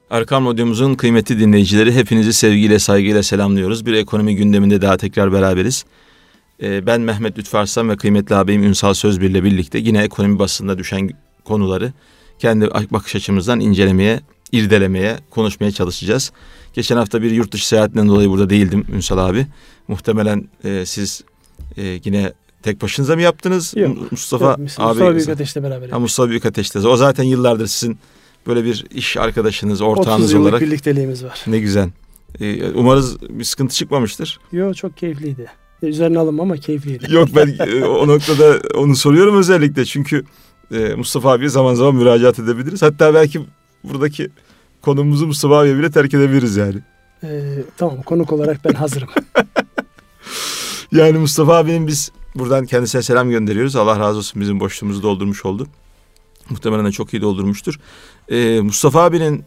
Erkam Radyomuzun kıymetli dinleyicileri, hepinizi sevgiyle, saygıyla selamlıyoruz. Bir ekonomi gündeminde daha tekrar beraberiz. Ben Mehmet Lütfü Arslan ve kıymetli ağabeyim Ünsal Sözbir ile birlikte yine ekonomi basınında düşen konuları kendi bakış açımızdan incelemeye, irdelemeye, konuşmaya çalışacağız. Geçen hafta bir yurt dışı seyahatinden dolayı burada değildim Ünsal abi. Muhtemelen siz yine tek başınıza mı yaptınız? Yok, Mustafa abi. Mustafa Büyükateş'le beraber. Mustafa Büyükateş'te. O zaten yıllardır sizin böyle bir iş arkadaşınız, ortağınız 30 yıllık olarak. birlikteliğimiz var. Ne güzel. Umarız bir sıkıntı çıkmamıştır. Yok, çok keyifliydi. Üzerine alınma ama keyifliydi. Yok, ben o noktada onu soruyorum özellikle. Çünkü Mustafa abiye zaman zaman müracaat edebiliriz. Hatta belki buradaki konumuzu Mustafa abiye bile terk edebiliriz yani. Tamam, konuk olarak ben hazırım. Yani Mustafa abinin biz buradan kendisine selam gönderiyoruz. Allah razı olsun, bizim boşluğumuzu doldurmuş oldu. Muhtemelen de çok iyi doldurmuştur. Mustafa abinin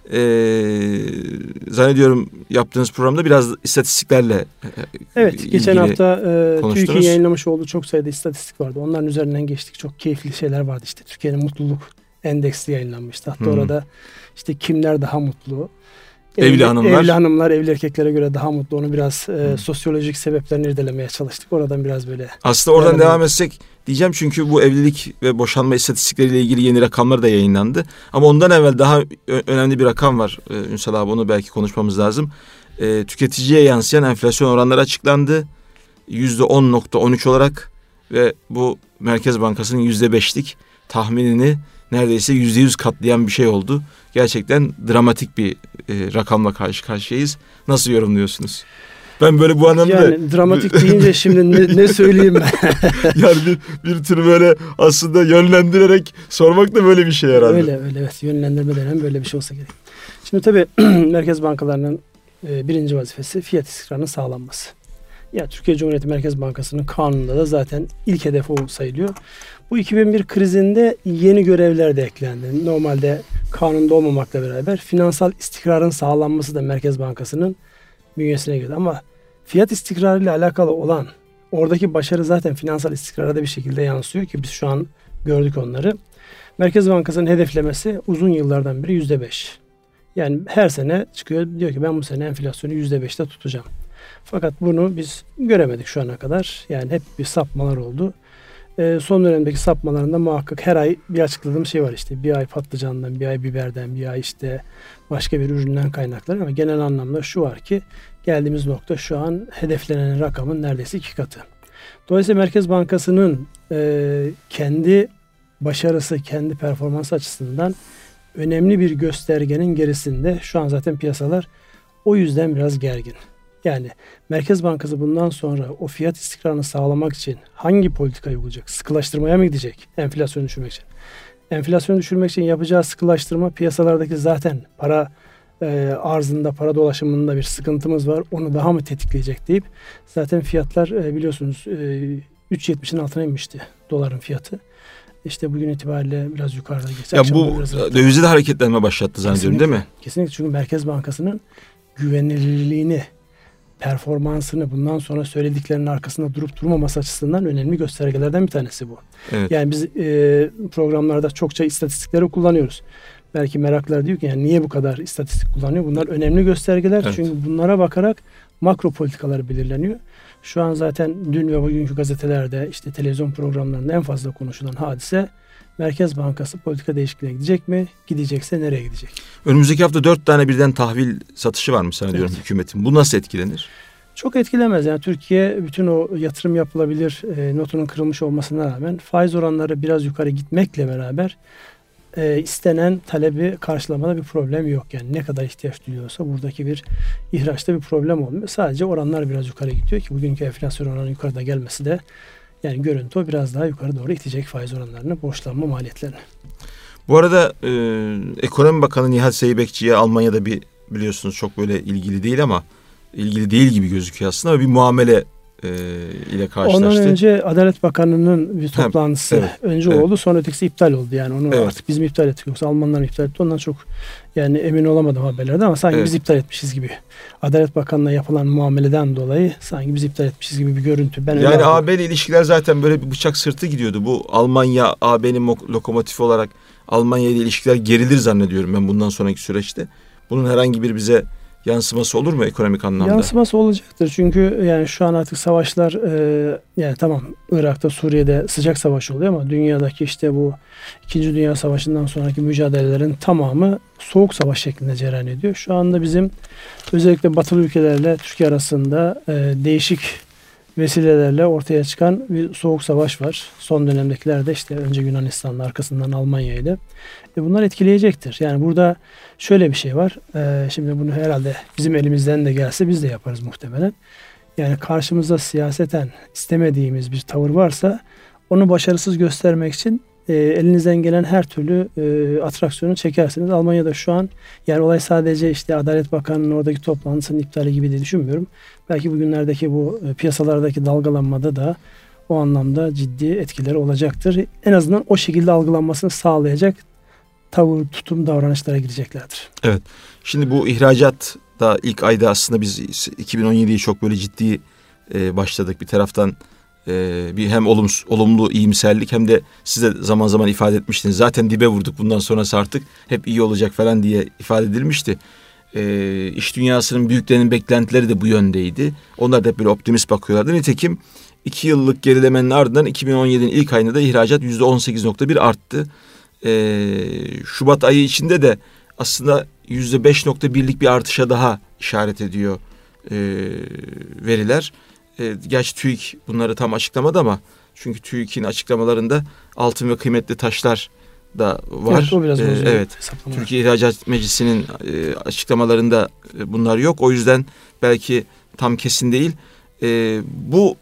zannediyorum yaptığınız programda biraz istatistiklerle evet, geçen hafta TÜİK'in yayınlamış olduğu çok sayıda istatistik vardı. Onların üzerinden geçtik. Çok keyifli şeyler vardı. İşte Türkiye'nin mutluluk endeksi yayınlanmıştı. Hatta orada işte kimler daha mutlu? Evli hanımlar evli erkeklere göre daha mutlu. Onu biraz sosyolojik sebeplerini irdelemeye çalıştık. Oradan biraz böyle. Aslında oradan devam etsek diyeceğim, çünkü bu evlilik ve boşanma istatistikleriyle ilgili yeni rakamlar da yayınlandı. Ama ondan evvel daha önemli bir rakam var Ünsal abi, onu belki konuşmamız lazım. Tüketiciye yansıyan enflasyon oranları açıklandı. %10.13 olarak ve bu Merkez Bankası'nın %5'lik tahminini neredeyse %100 katlayan bir şey oldu. Gerçekten dramatik bir rakamla karşı karşıyayız. Nasıl yorumluyorsunuz? Ben böyle bu anlamda... Yani dramatik deyince şimdi ne söyleyeyim ben? Yani bir tür böyle aslında yönlendirerek sormak da böyle bir şey herhalde. Öyle evet, yönlendirme denen böyle bir şey olsa gerek. Şimdi tabii merkez bankalarının birinci vazifesi fiyat istikrarının sağlanması. Ya Türkiye Cumhuriyeti Merkez Bankası'nın kanununda da zaten ilk hedef o sayılıyor. Bu 2001 krizinde yeni görevler de eklendi. Normalde kanunda olmamakla beraber finansal istikrarın sağlanması da Merkez Bankası'nın bünyesine girdi. Ama fiyat istikrarıyla alakalı olan oradaki başarı zaten finansal istikrara da bir şekilde yansıyor ki biz şu an gördük onları. Merkez Bankası'nın hedeflemesi uzun yıllardan beri %5. Yani her sene çıkıyor, diyor ki ben bu sene enflasyonu %5'te tutacağım. Fakat bunu biz göremedik şu ana kadar. Yani hep bir sapmalar oldu. Son dönemdeki sapmalarında muhakkak her ay bir açıkladığım şey var işte. Bir ay patlıcandan, bir ay biberden, bir ay işte başka bir üründen kaynaklanır. Ama genel anlamda şu var ki geldiğimiz nokta şu an hedeflenen rakamın neredeyse 2 katı. Dolayısıyla Merkez Bankası'nın kendi başarısı, kendi performansı açısından önemli bir göstergenin gerisinde şu an zaten piyasalar o yüzden biraz gergin. Yani Merkez Bankası bundan sonra o fiyat istikrarını sağlamak için hangi politikayı uygulayacak? Sıkılaştırmaya mı gidecek? Enflasyonu düşürmek için. Enflasyonu düşürmek için yapacağı sıkılaştırma, piyasalardaki zaten para arzında, para dolaşımında bir sıkıntımız var. Onu daha mı tetikleyecek deyip zaten fiyatlar biliyorsunuz 3.70'in altına inmişti doların fiyatı. İşte bugün itibariyle biraz yukarıda geçti. Ya bu dövizde de hareketlenme başlattı zannediyorum, değil mi? Kesinlikle, çünkü Merkez Bankası'nın güvenilirliğini, performansını bundan sonra söylediklerinin arkasında durup durmaması açısından önemli göstergelerden bir tanesi bu. Evet. Yani biz programlarda çokça istatistikleri kullanıyoruz. Belki meraklılar diyor ki yani niye bu kadar istatistik kullanıyor? Bunlar önemli göstergeler. Evet. Çünkü bunlara bakarak makro politikalar belirleniyor. Şu an zaten dün ve bugünkü gazetelerde, işte televizyon programlarında en fazla konuşulan hadise Merkez Bankası politika değişikliğine gidecek mi? Gidecekse nereye gidecek? Önümüzdeki hafta 4 tane birden tahvil satışı var mı sanıyorum, evet, hükümetin? Bu nasıl etkilenir? Çok etkilemez. Yani Türkiye bütün o yatırım yapılabilir notunun kırılmış olmasına rağmen faiz oranları biraz yukarı gitmekle beraber istenen talebi karşılamada bir problem yok. Yani ne kadar ihtiyaç duyuyorsa buradaki bir ihraçta bir problem olmuyor. Sadece oranlar biraz yukarı gidiyor ki bugünkü enflasyon oranının yukarıda gelmesi de yani görüntü o biraz daha yukarı doğru itecek faiz oranlarını, borçlanma maliyetlerini. Bu arada Ekonomi Bakanı Nihat Zeybekçi'ye Almanya'da biliyorsunuz çok böyle ilgili değil ama ilgili değil gibi gözüküyor aslında, ama bir muamele ile karşılaştı. Ondan önce Adalet Bakanı'nın bir toplantısı önce oldu, sonra ötekisi iptal oldu. Yani onu artık biz mi iptal ettik yoksa Almanlar mı iptal etti, ondan çok yani emin olamadım haberlerde, ama sanki biz iptal etmişiz gibi. Adalet Bakanı'na yapılan muameleden dolayı sanki biz iptal etmişiz gibi bir görüntü. Yani AB ile ilişkiler zaten böyle bir bıçak sırtı gidiyordu. Bu Almanya AB'nin lokomotifi olarak Almanya ile ilişkiler gerilir zannediyorum ben bundan sonraki süreçte. bunun herhangi bir bize yansıması olur mu ekonomik anlamda? Yansıması olacaktır. Çünkü yani şu an artık savaşlar yani tamam Irak'ta, Suriye'de sıcak savaş oluyor ama dünyadaki işte bu 2. Dünya Savaşı'ndan sonraki mücadelelerin tamamı soğuk savaş şeklinde cereyan ediyor. Şu anda bizim özellikle batılı ülkelerle Türkiye arasında değişik vesilelerle ortaya çıkan bir soğuk savaş var. Son dönemdekilerde işte önce Yunanistan'la arkasından Almanya'yla. Bunlar etkileyecektir. Yani burada şöyle bir şey var. Şimdi bunu herhalde bizim elimizden de gelse biz de yaparız muhtemelen. Yani karşımızda siyaseten istemediğimiz bir tavır varsa onu başarısız göstermek için elinizden gelen her türlü atraksiyonu çekersiniz. Almanya'da şu an yani olay sadece işte Adalet Bakanı'nın oradaki toplantısının iptali gibi de düşünmüyorum. Belki bugünlerdeki bu piyasalardaki dalgalanmada da o anlamda ciddi etkileri olacaktır. En azından o şekilde algılanmasını sağlayacak tavır, tutum, davranışlara gireceklerdir. Evet. Şimdi bu ihracat da ilk ayda aslında biz 2017'yi çok böyle ciddi başladık. Bir taraftan bir hem olumlu iyimserlik hem de siz de zaman zaman ifade etmiştiniz. Zaten dibe vurduk, bundan sonrası artık hep iyi olacak falan diye ifade edilmişti. İş dünyasının büyüklerinin beklentileri de bu yöndeydi. Onlar da hep böyle optimist bakıyorlardı. Nitekim 2 yıllık gerilemenin ardından 2017'nin ilk ayında da ihracat %18.1 arttı. Şubat ayı içinde de aslında %5.1'lik bir artışa daha işaret ediyor veriler. Gerçi TÜİK bunları tam açıklamadı ama çünkü TÜİK'in açıklamalarında altın ve kıymetli taşlar da var. Evet, o biraz evet. Türkiye İhracat Meclisi'nin açıklamalarında bunlar yok. O yüzden belki tam kesin değil. Bu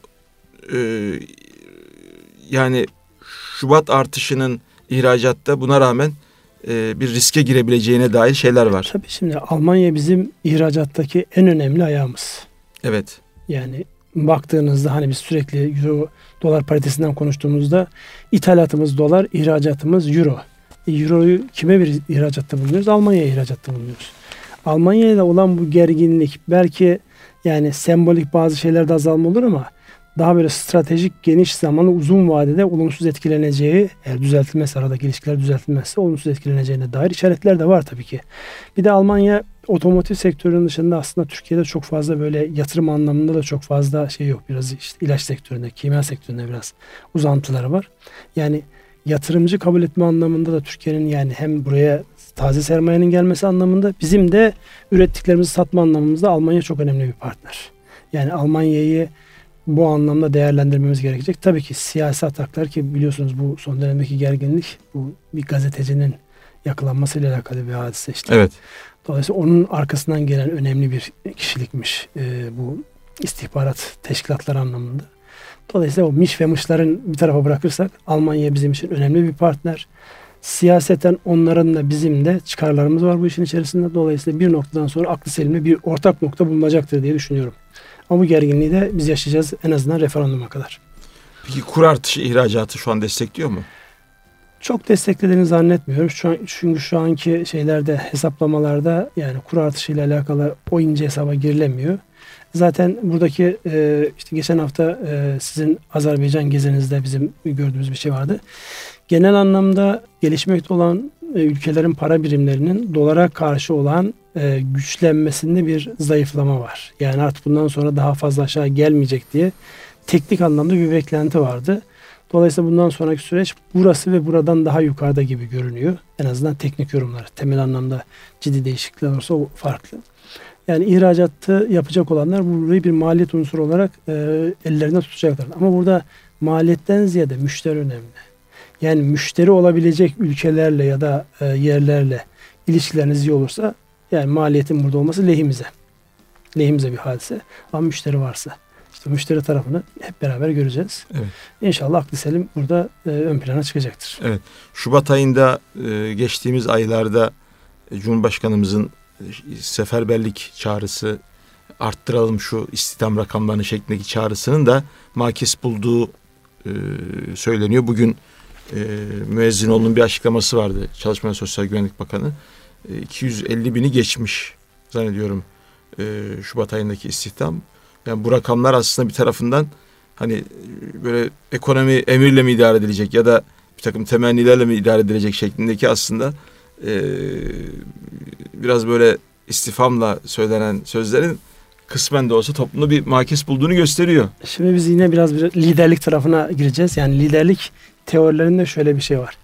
yani Şubat artışının ihracatta buna rağmen bir riske girebileceğine dair şeyler var. Tabii şimdi Almanya bizim ihracattaki en önemli ayağımız. Evet. Yani baktığınızda hani biz sürekli euro dolar paritesinden konuştuğumuzda ithalatımız dolar, ihracatımız euro. Euroyu kime bir ihracatta bulunuyoruz? Almanya'ya ihracatta bulunuyoruz. Almanya'yla olan bu gerginlik belki yani sembolik bazı şeylerde azalma olur ama daha böyle stratejik, geniş zamanlı, uzun vadede olumsuz etkileneceği, eğer düzeltilmezse, aradaki ilişkiler düzeltilmezse olumsuz etkileneceğine dair işaretler de var tabii ki. Bir de Almanya otomotiv sektörünün dışında aslında Türkiye'de çok fazla böyle yatırım anlamında da çok fazla şey yok. Biraz işte ilaç sektöründe, kimya sektöründe biraz uzantıları var. Yani yatırımcı kabul etme anlamında da Türkiye'nin yani hem buraya taze sermayenin gelmesi anlamında bizim de ürettiklerimizi satma anlamımızda Almanya çok önemli bir partner. Yani Almanya'yı bu anlamda değerlendirmemiz gerekecek. Tabii ki siyasi ataklar ki biliyorsunuz bu son dönemdeki gerginlik bu bir gazetecinin yakalanmasıyla alakalı bir hadise işte. Evet. Dolayısıyla onun arkasından gelen önemli bir kişilikmiş bu istihbarat teşkilatları anlamında. Dolayısıyla o miş ve mışların bir tarafa bırakırsak Almanya bizim için önemli bir partner. Siyaseten onların da bizim de çıkarlarımız var bu işin içerisinde. Dolayısıyla bir noktadan sonra aklı selimle bir ortak nokta bulunacaktır diye düşünüyorum. Ama bu gerginliği de biz yaşayacağız en azından referanduma kadar. Peki kur artışı ihracatı şu an destekliyor mu? Çok desteklediğini zannetmiyorum. Çünkü şu anki şeylerde hesaplamalarda yani kur artışıyla alakalı o ince hesaba girilemiyor. Zaten buradaki işte geçen hafta sizin Azerbaycan gezinizde bizim gördüğümüz bir şey vardı. Genel anlamda gelişmekte olan ülkelerin para birimlerinin dolara karşı olan güçlenmesinde bir zayıflama var. Yani artık bundan sonra daha fazla aşağı gelmeyecek diye teknik anlamda bir beklenti vardı. Dolayısıyla bundan sonraki süreç burası ve buradan daha yukarıda gibi görünüyor. En azından teknik yorumlar. Temel anlamda ciddi değişiklikler olursa o farklı. Yani ihracatı yapacak olanlar burayı bir maliyet unsuru olarak ellerinde tutacaklar. Ama burada maliyetten ziyade müşteri önemli. Yani müşteri olabilecek ülkelerle ya da yerlerle ilişkileriniz iyi olursa yani maliyetin burada olması lehimize. Lehimize bir hadise. Ama müşteri varsa işte müşteri tarafını hep beraber göreceğiz. Evet. İnşallah aklı selim burada ön plana çıkacaktır. Evet. Şubat ayında geçtiğimiz aylarda Cumhurbaşkanımızın seferberlik çağrısı, arttıralım şu istihdam rakamlarını şeklindeki çağrısının da makis bulduğu söyleniyor. Bugün Müezzinoğlu'nun bir açıklaması vardı. Çalışma ve Sosyal Güvenlik Bakanı. 250 bini geçmiş zannediyorum Şubat ayındaki istihdam. Yani bu rakamlar aslında bir tarafından hani böyle ekonomi emirle mi idare edilecek ya da bir takım temennilerle mi idare edilecek şeklindeki aslında biraz böyle istifamla söylenen sözlerin kısmen de olsa toplumda bir makes bulduğunu gösteriyor. Şimdi biz yine biraz bir liderlik tarafına gireceğiz. Yani liderlik teorilerinde şöyle bir şey var.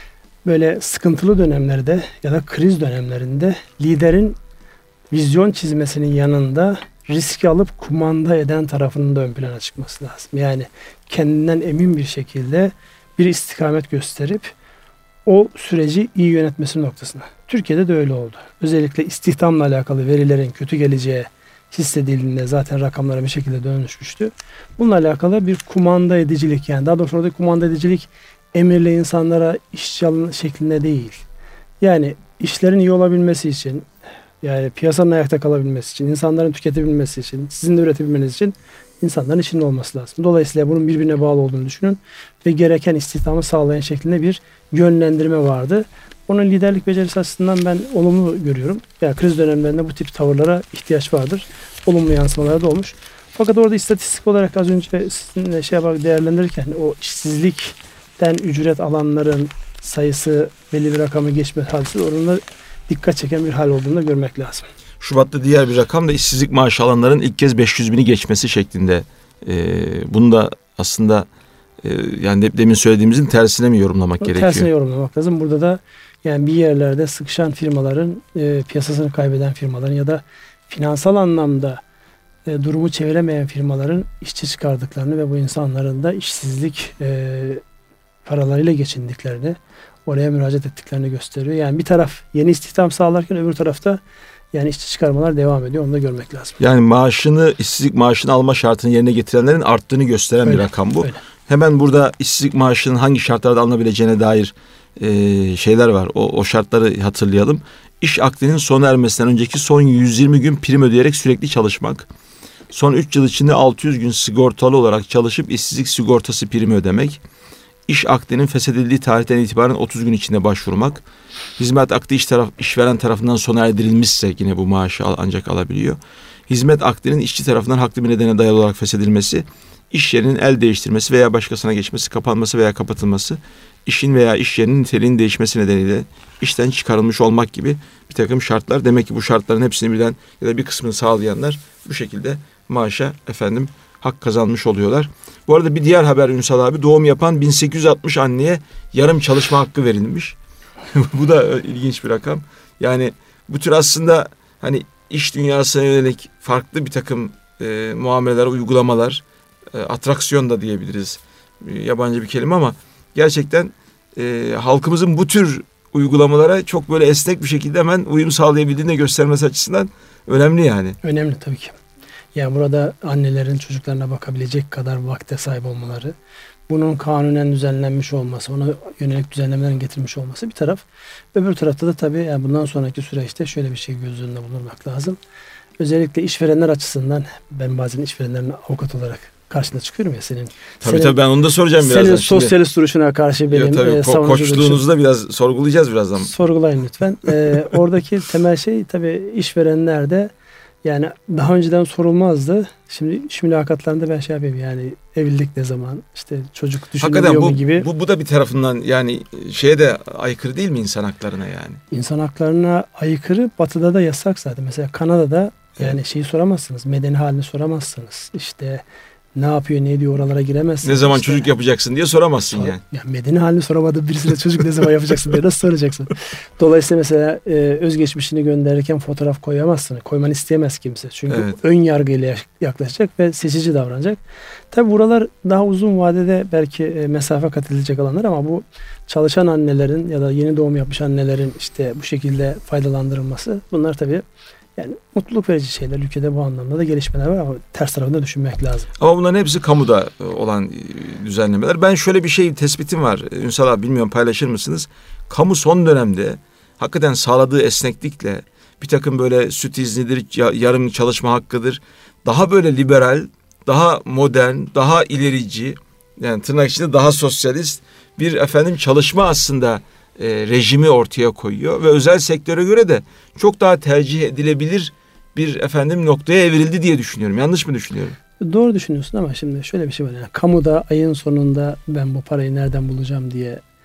Böyle sıkıntılı dönemlerde ya da kriz dönemlerinde liderin vizyon çizmesinin yanında riski alıp kumanda eden tarafının da ön plana çıkması lazım. Yani kendinden emin bir şekilde bir istikamet gösterip o süreci iyi yönetmesi noktasına. Türkiye'de de öyle oldu. Özellikle istihdamla alakalı verilerin kötü geleceği hissedildiğinde zaten rakamlara bir şekilde dönüşmüştü. Bununla alakalı bir kumanda edicilik, yani daha doğrusu orada kumanda edicilik emirle insanlara işçi alın şeklinde değil. Yani işlerin iyi olabilmesi için, yani piyasanın ayakta kalabilmesi için, insanların tüketebilmesi için, sizin de üretebilmeniz için insanların işinin olması lazım. Dolayısıyla bunun birbirine bağlı olduğunu düşünün ve gereken istihdamı sağlayan şeklinde bir yönlendirme vardı. Onun liderlik becerisi açısından ben olumlu görüyorum. Yani kriz dönemlerinde bu tip tavırlara ihtiyaç vardır. Olumlu yansımaları da olmuş. Fakat orada istatistik olarak az önce sizinle değerlendirirken o işsizlikten ücret alanların sayısı belli bir rakamı geçme hadisi orada dikkat çeken bir hal olduğunu da görmek lazım. Şubat'ta diğer bir rakam da işsizlik maaşı alanların ilk kez 500 bini geçmesi şeklinde. Bunu da aslında yani demin söylediğimizin tersine mi yorumlamak gerekiyor? Tersine yorumlamak lazım. Burada da yani bir yerlerde sıkışan firmaların, piyasasını kaybeden firmaların ya da finansal anlamda durumu çeviremeyen firmaların işçi çıkardıklarını ve bu insanların da işsizlik paralarıyla geçindiklerini, oraya müracaat ettiklerini gösteriyor. Yani bir taraf yeni istihdam sağlarken öbür tarafta yani işçi çıkarmalar devam ediyor. Onu da görmek lazım. Yani işsizlik maaşını alma şartını yerine getirenlerin arttığını gösteren bir rakam bu. Öyle. Hemen burada işsizlik maaşının hangi şartlarda alınabileceğine dair şeyler var. O şartları hatırlayalım. İş akdinin sona ermesinden önceki son 120 gün prim ödeyerek sürekli çalışmak. Son 3 yıl içinde 600 gün sigortalı olarak çalışıp işsizlik sigortası primi ödemek. İş akdinin feshedildiği tarihten itibaren 30 gün içinde başvurmak. Hizmet akdi işveren tarafından sona erdirilmişse yine bu maaşı ancak alabiliyor. Hizmet akdinin işçi tarafından haklı bir nedene dayalı olarak feshedilmesi, iş yerinin el değiştirmesi veya başkasına geçmesi, kapanması veya kapatılması, işin veya iş yerinin niteliğinin değişmesi nedeniyle işten çıkarılmış olmak gibi bir takım şartlar. Demek ki bu şartların hepsini birden ya da bir kısmını sağlayanlar bu şekilde maaşa hak kazanmış oluyorlar. Bu arada bir diğer haber Ünsal abi, doğum yapan 1860 anneye yarım çalışma hakkı verilmiş. Bu da ilginç bir rakam. Yani bu tür aslında hani iş dünyasına yönelik farklı bir takım muameleler, uygulamalar, atraksiyon da diyebiliriz. Yabancı bir kelime ama gerçekten halkımızın bu tür uygulamalara çok böyle esnek bir şekilde hemen uyum sağlayabildiğini göstermesi açısından önemli yani. Önemli tabii ki. Yani burada annelerin çocuklarına bakabilecek kadar vakte sahip olmaları, bunun kanunen düzenlenmiş olması, ona yönelik düzenlemelerin getirmiş olması bir taraf. Öbür tarafta da tabii yani bundan sonraki süreçte şöyle bir şey göz önünde bulundurmak lazım. Özellikle işverenler açısından, ben bazen işverenlerin avukat olarak karşına çıkıyorum ya senin. Tabii ben onu da soracağım birazdan. Senin sosyalist duruşuna karşı benim koçluğunuzu da biraz sorgulayacağız birazdan. Sorgulayın lütfen. Oradaki temel şey tabii işverenler de yani daha önceden sorulmazdı. Şimdi iş mülakatlarında ben yapayım yani evlilik ne zaman, işte çocuk düşünülüyor mu gibi. Bu da bir tarafından yani şeye de aykırı değil mi insan haklarına yani? İnsan haklarına aykırı. Batı'da da yasak zaten. Mesela Kanada'da yani şeyi soramazsınız. Medeni halini soramazsınız. İşte ne yapıyor, ne ediyor, oralara giremezsiniz. Ne zaman çocuk yapacaksın diye soramazsın yani. Ya medeni halini soramadığı birisine çocuk ne zaman yapacaksın diye nasıl soracaksın? Dolayısıyla mesela özgeçmişini gönderirken fotoğraf koyamazsın. Koymanı isteyemez kimse. Çünkü ön yargıyla yaklaşacak ve seçici davranacak. Tabi buralar daha uzun vadede belki mesafe kat edilecek alanlar ama bu çalışan annelerin ya da yeni doğum yapmış annelerin işte bu şekilde faydalandırılması, bunlar tabii yani mutluluk verici şeyler. Ülkede bu anlamda da gelişmeler var ama ters tarafında düşünmek lazım. Ama bunların hepsi kamuda olan düzenlemeler. Ben şöyle bir şey tespitim var. Ünsal abi bilmiyorum paylaşır mısınız? Kamu son dönemde hakikaten sağladığı esneklikle bir takım böyle süt iznidir, yarım çalışma hakkıdır. Daha böyle liberal, daha modern, daha ilerici, yani tırnak içinde daha sosyalist bir çalışma aslında rejimi ortaya koyuyor ve özel sektöre göre de çok daha tercih edilebilir bir noktaya evrildi diye düşünüyorum. Yanlış mı düşünüyorum? Doğru düşünüyorsun ama şimdi şöyle bir şey var. Yani kamuda ayın sonunda ben bu parayı nereden bulacağım diye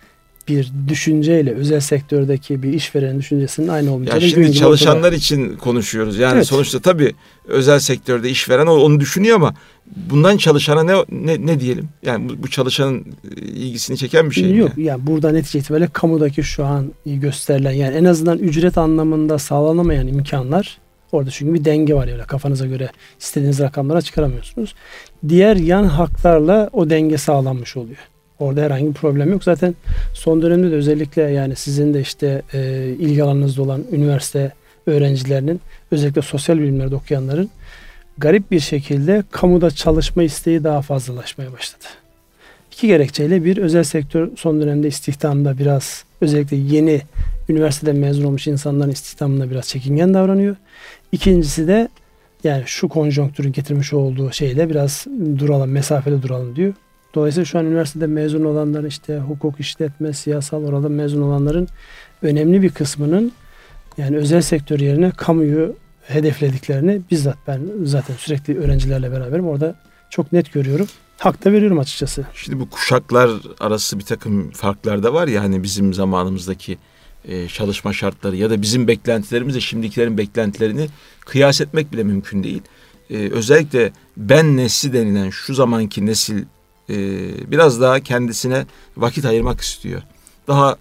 bir düşünceyle özel sektördeki bir işverenin düşüncesinin aynı olmayacağını Ya şimdi çalışanlar için konuşuyoruz. Yani evet. Sonuçta tabii özel sektörde işveren onu düşünüyor ama bundan çalışana ne diyelim? Yani bu çalışanın ilgisini çeken bir şey mi? Yok. Yani burada netice itibariyle kamudaki şu an gösterilen, yani en azından ücret anlamında sağlanamayan imkanlar orada, çünkü bir denge var, öyle kafanıza göre istediğiniz rakamlara çıkaramıyorsunuz. Diğer yan haklarla o denge sağlanmış oluyor. Orada herhangi bir problem yok. Zaten son dönemde de özellikle, yani sizin de işte ilgi alanınızda olan üniversite öğrencilerinin, özellikle sosyal bilimlerde okuyanların garip bir şekilde kamuda çalışma isteği daha fazlalaşmaya başladı. İki gerekçeyle: bir, özel sektör son dönemde istihdamda biraz, özellikle yeni üniversiteden mezun olmuş insanların istihdamında biraz çekingen davranıyor. İkincisi de yani şu konjonktürün getirmiş olduğu şeyle biraz duralım, mesafeli duralım diyor. Dolayısıyla şu an üniversitede mezun olanların, işte hukuk, işletme, siyasal orada mezun olanların önemli bir kısmının yani özel sektör yerine kamuyu hedeflediklerini bizzat ben zaten sürekli öğrencilerle beraberim. Orada çok net görüyorum. Hak da veriyorum açıkçası. Şimdi bu kuşaklar arası bir takım farklar da var ya, hani bizim zamanımızdaki çalışma şartları ya da bizim beklentilerimizle şimdikilerin beklentilerini kıyas etmek bile mümkün değil. Özellikle ben nesli denilen şu zamanki nesil biraz daha kendisine vakit ayırmak istiyor. Daha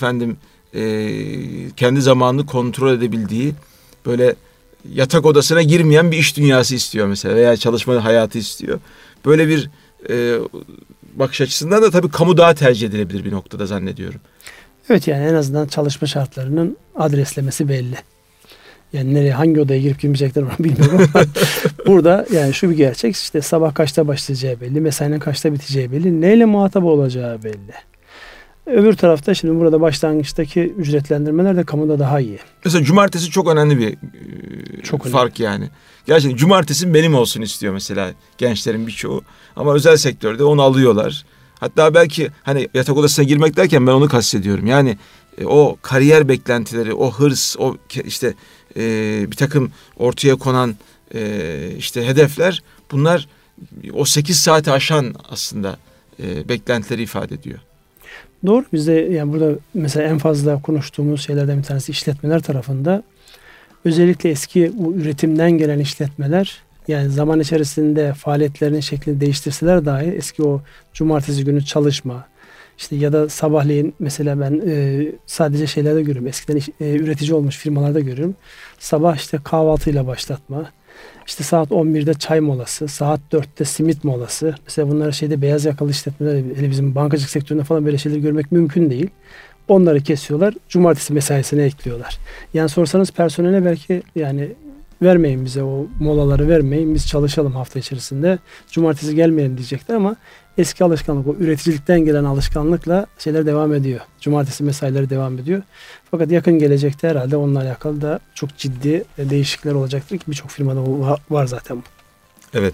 kendi zamanını kontrol edebildiği, böyle yatak odasına girmeyen bir iş dünyası istiyor mesela, veya çalışma hayatı istiyor. Böyle bir bakış açısından da tabii kamu daha tercih edilebilir bir noktada zannediyorum. Evet, yani en azından çalışma şartlarının adreslemesi belli. Yani nereye, hangi odaya girip girmeyecekler onu bilmiyorum ama burada yani şu bir gerçek: işte sabah kaçta başlayacağı belli, mesainin kaçta biteceği belli, neyle muhatap olacağı belli. Öbür tarafta şimdi burada başlangıçtaki ücretlendirmeler de kamuda daha iyi. Mesela cumartesi çok önemli bir fark yani. Gerçekten cumartesi benim olsun istiyor mesela gençlerin birçoğu. Ama özel sektörde onu alıyorlar. Hatta belki hani yatak odasına girmek derken ben onu kastediyorum. Yani o kariyer beklentileri, o hırs, o işte bir takım ortaya konan işte hedefler, bunlar o 8 saati aşan aslında beklentileri ifade ediyor. Doğru. Bizde yani burada mesela en fazla konuştuğumuz şeylerden bir tanesi işletmeler tarafında. Özellikle eski bu üretimden gelen işletmeler, yani zaman içerisinde faaliyetlerinin şeklini değiştirseler dahi eski o cumartesi günü çalışma, işte ya da sabahleyin mesela ben sadece şeylerde görüyorum. Eskiden üretici olmuş firmalarda görüyorum. Sabah işte kahvaltıyla başlatma, işte saat 11'de çay molası, saat 4'te simit molası. Mesela bunlar beyaz yakalı işletmeler, hele bizim bankacılık sektöründe falan böyle şeyleri görmek mümkün değil. Onları kesiyorlar, cumartesi mesaisine ekliyorlar. Yani sorsanız personele belki yani vermeyin bize o molaları, vermeyin, biz çalışalım hafta içerisinde, cumartesi gelmeyelim diyecekler ama eski alışkanlık, o üreticilikten gelen alışkanlıkla şeyler devam ediyor. Cumartesi mesaileri devam ediyor. Fakat yakın gelecekte herhalde onunla alakalı da çok ciddi değişiklikler olacaktır ki birçok firmada var zaten bu. Evet.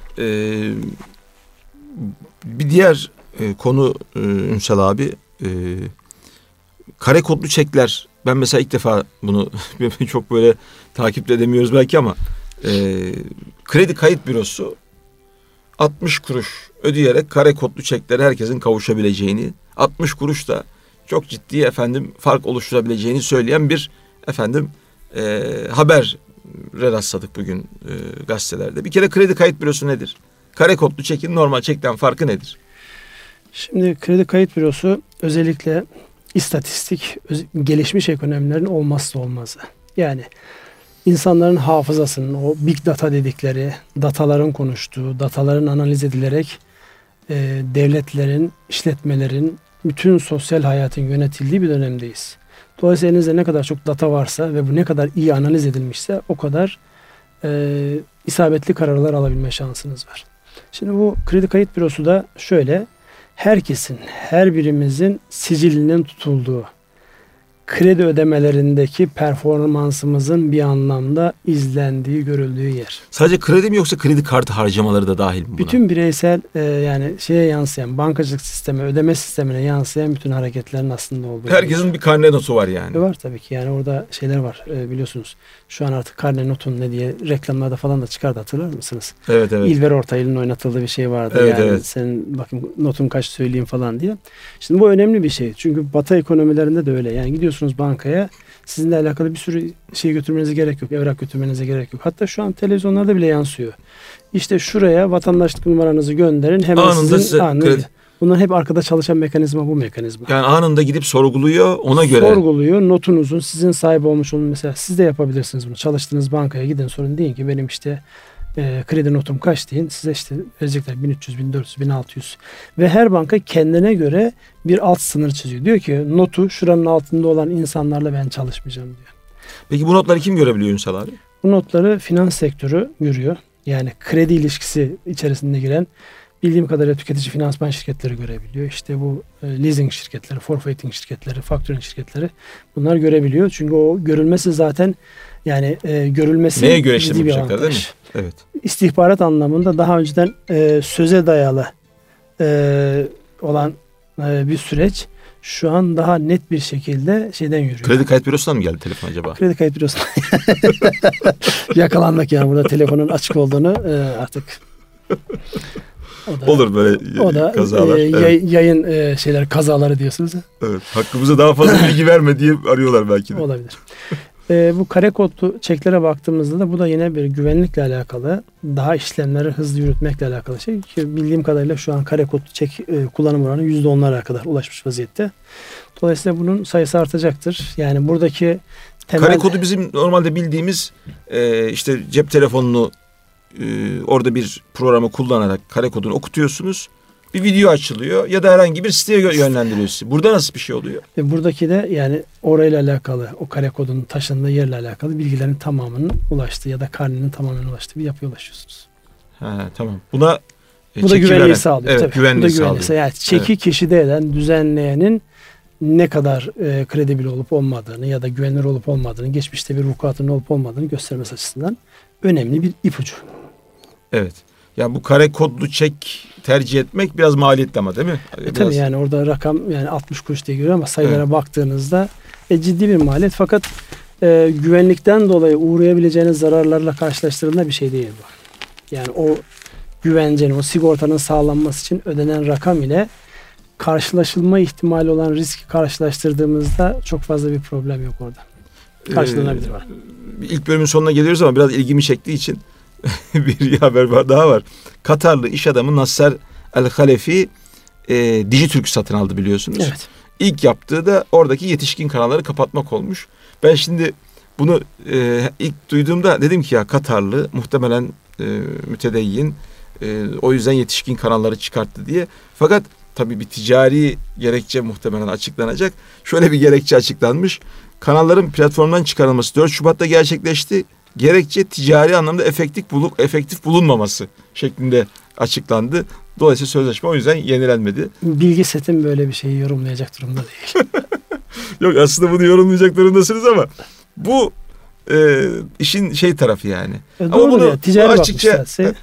Bir diğer konu Ünsal abi, kare kodlu çekler. Ben mesela ilk defa bunu çok böyle takip edemiyoruz belki ama kredi kayıt bürosu 60 kuruş ödeyerek kare kodlu çeklere herkesin kavuşabileceğini, 60 kuruş da çok ciddi fark oluşturabileceğini söyleyen bir habere rastladık bugün gazetelerde. Bir kere kredi kayıt bürosu nedir? Kare kodlu çekin normal çekten farkı nedir? Şimdi kredi kayıt bürosu özellikle istatistik, gelişmiş ekonomilerin olmazsa olmazı. Yani insanların hafızasının, o big data dedikleri, dataların konuştuğu, dataların analiz edilerek devletlerin, işletmelerin, bütün sosyal hayatın yönetildiği bir dönemdeyiz. Dolayısıyla elinizde ne kadar çok data varsa ve bu ne kadar iyi analiz edilmişse o kadar isabetli kararlar alabilme şansınız var. Şimdi bu kredi kayıt bürosu da şöyle: herkesin, her birimizin sicilinin tutulduğu, kredi ödemelerindeki performansımızın bir anlamda izlendiği, görüldüğü yer. Sadece kredi mi yoksa kredi kartı harcamaları da dahil mi buna? Bütün bireysel yani yansıyan, bankacılık sistemi, ödeme sistemine yansıyan bütün hareketlerin aslında olduğu. Herkesin bir karne notu var yani. Var tabii ki, yani orada şeyler var biliyorsunuz. Şu an artık karne notun ne diye reklamlarda falan da çıkardı, hatırlar mısınız? Evet. İlver Ortaylı'nın oynatıldığı bir şey vardı. Evet, yani evet. senin bakın notun kaç söyleyeyim falan diye. Şimdi bu önemli bir şey. Çünkü Batı ekonomilerinde de öyle. Yani gidiyorsunuz bankaya, sizinle alakalı bir sürü şey götürmenize gerek yok. Evrak götürmenize gerek yok. Hatta şu an televizyonlarda bile yansıyor. İşte şuraya vatandaşlık numaranızı gönderin. Hemen Anında sizin anında. Bunların hep arkada çalışan mekanizma bu mekanizma. Yani anında gidip sorguluyor, ona göre. Sorguluyor. Notunuzun sizin sahip olmuş olun. Mesela siz de yapabilirsiniz bunu. Çalıştığınız bankaya gidin, sorun deyin ki benim işte kredi notum kaç deyin. Size işte verecekler 1300, 1400, 1600. Ve her banka kendine göre bir alt sınır çiziyor. Diyor ki notu şuranın altında olan insanlarla ben çalışmayacağım diyor. Peki bu notları kim görebiliyor Ünsal abi? Bu notları finans sektörü görüyor. Yani kredi ilişkisi içerisinde giren, bildiğim kadarıyla tüketici finansman şirketleri görebiliyor. İşte bu leasing şirketleri, forfeiting şirketleri, factoring şirketleri bunlar görebiliyor. Çünkü o görülmesi zaten yani görülmesi neye göre ciddi bir yapacaklar değil mi? avantaj. Evet. İstihbarat anlamında daha önceden söze dayalı olan bir süreç şu an daha net bir şekilde şeyden yürüyor. Kredi kayıt bürosundan mı geldi telefon acaba? Kredi kayıt bürosuna yakalandık yani burada telefonun açık olduğunu artık. O da, olur böyle o da kazalar. Evet. Yayın şeyler kazaları diyorsunuz. Evet. Hakkımıza daha fazla bilgi verme diye arıyorlar belki de. Olabilir. Bu kare kodlu çeklere baktığımızda da bu da yine bir güvenlikle alakalı, daha işlemleri hızlı yürütmekle alakalı şey. Ki bildiğim kadarıyla şu an kare kodlu çek kullanım oranı %10'lara kadar ulaşmış vaziyette. Dolayısıyla bunun sayısı artacaktır. Yani buradaki temel... Kare kodu bizim normalde bildiğimiz işte cep telefonunu orada bir programı kullanarak kare kodunu okutuyorsunuz. Bir video açılıyor ya da herhangi bir siteye yönlendiriyor sizi. Burada nasıl bir şey oluyor? Ve buradaki de yani orayla alakalı, o kare kodunun taşındığı yerle alakalı bilgilerin tamamının ulaştığı ya da karnenin tamamen ulaştığı bir yapıya ulaşıyorsunuz. Ha, tamam. Buna bu da güvenliği sağlıyor. Evet, tabii. güvenliği sağlıyor. Yani çeki kişide eden, düzenleyenin ne kadar kredibil olup olmadığını ya da güvenilir olup olmadığını, geçmişte bir vukuatının olup olmadığını göstermesi açısından önemli bir ipucu. Evet. Yani bu kare kodlu çek tercih etmek biraz maliyetli ama değil mi? Tabii yani orada rakam yani 60 kuruş diye görüyor ama sayılara baktığınızda ciddi bir maliyet. Fakat güvenlikten dolayı uğrayabileceğiniz zararlarla karşılaştırıldığında bir şey değil bu. Yani o güvencenin, o sigortanın sağlanması için ödenen rakam ile karşılaşılma ihtimali olan riski karşılaştırdığımızda çok fazla bir problem yok orada. Karşılanabilir var. İlk bölümün sonuna geliyoruz ama biraz ilgimi çektiği için bir haber daha var. Katarlı iş adamı Nasser El-Halefi Dijitürk'ü satın aldı biliyorsunuz. Evet. İlk yaptığı da oradaki yetişkin kanalları kapatmak olmuş. Ben şimdi bunu ilk duyduğumda dedim ki ya Katarlı muhtemelen mütedeyyin o yüzden yetişkin kanalları çıkarttı diye. Fakat tabii bir ticari gerekçe muhtemelen açıklanacak. Şöyle bir gerekçe açıklanmış. Kanalların platformdan çıkarılması 4 Şubat'ta gerçekleşti. Gerekçe ticari anlamda efektif bulunmaması şeklinde açıklandı. Dolayısıyla sözleşme o yüzden yenilenmedi. Bilgi setim böyle bir şeyi yorumlayacak durumda değil. Yok aslında bunu yorumlayacak durumdasınız ama bu işin şey tarafı yani. Doğru bunu ya. Ticari bakmışlar.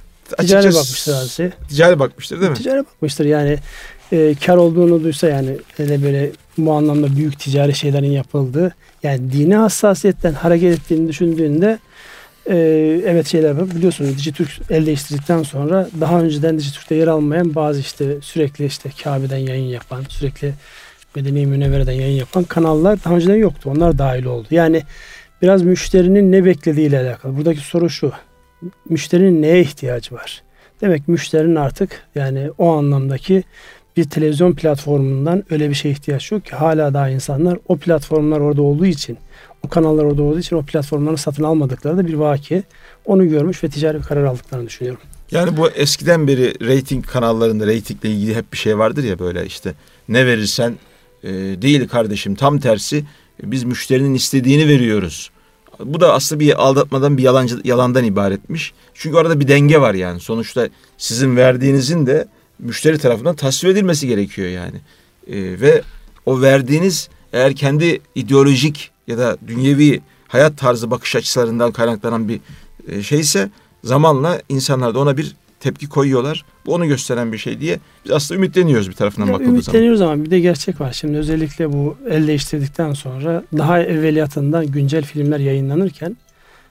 Ticari bakmıştır değil mi? Ticari bakmıştır yani kar olduğunu duysa yani hele böyle bu anlamda büyük ticari şeylerin yapıldığı yani dini hassasiyetten hareket ettiğini düşündüğünde evet şeyler var. Biliyorsunuz Dijitürk el değiştirdikten sonra daha önceden Dijitürk'te yer almayan bazı işte sürekli işte Kabe'den yayın yapan, sürekli Medine-i Münevvere'den yayın yapan kanallar daha önceden yoktu. Onlar dahil oldu. Yani biraz müşterinin ne beklediğiyle alakalı. Buradaki soru şu. Müşterinin neye ihtiyacı var? Demek müşterinin artık yani o anlamdaki bir televizyon platformundan öyle bir şeye ihtiyaç yok ki hala daha insanlar o platformlar orada olduğu için, o kanallar orada olduğu için o platformları satın almadıkları da bir vaki. Onu görmüş ve ticari bir karar aldıklarını düşünüyorum. Yani bu eskiden beri reyting kanallarında reytingle ilgili hep bir şey vardır ya böyle işte ne verirsen değil kardeşim tam tersi biz müşterinin istediğini veriyoruz. Bu da aslında bir aldatmadan bir yalandan ibaretmiş. Çünkü orada bir denge var yani. Sonuçta sizin verdiğinizin de müşteri tarafından tasvip edilmesi gerekiyor yani. Ve o verdiğiniz eğer kendi ideolojik ya da dünyevi hayat tarzı bakış açılarından kaynaklanan bir şeyse zamanla insanlar da ona bir tepki koyuyorlar. Bu onu gösteren bir şey diye biz aslında ümitleniyoruz bir tarafından bakıldığı zaman. Ümitleniyoruz ama bir de gerçek var. Şimdi özellikle bu el değiştirdikten sonra daha evveliyatından güncel filmler yayınlanırken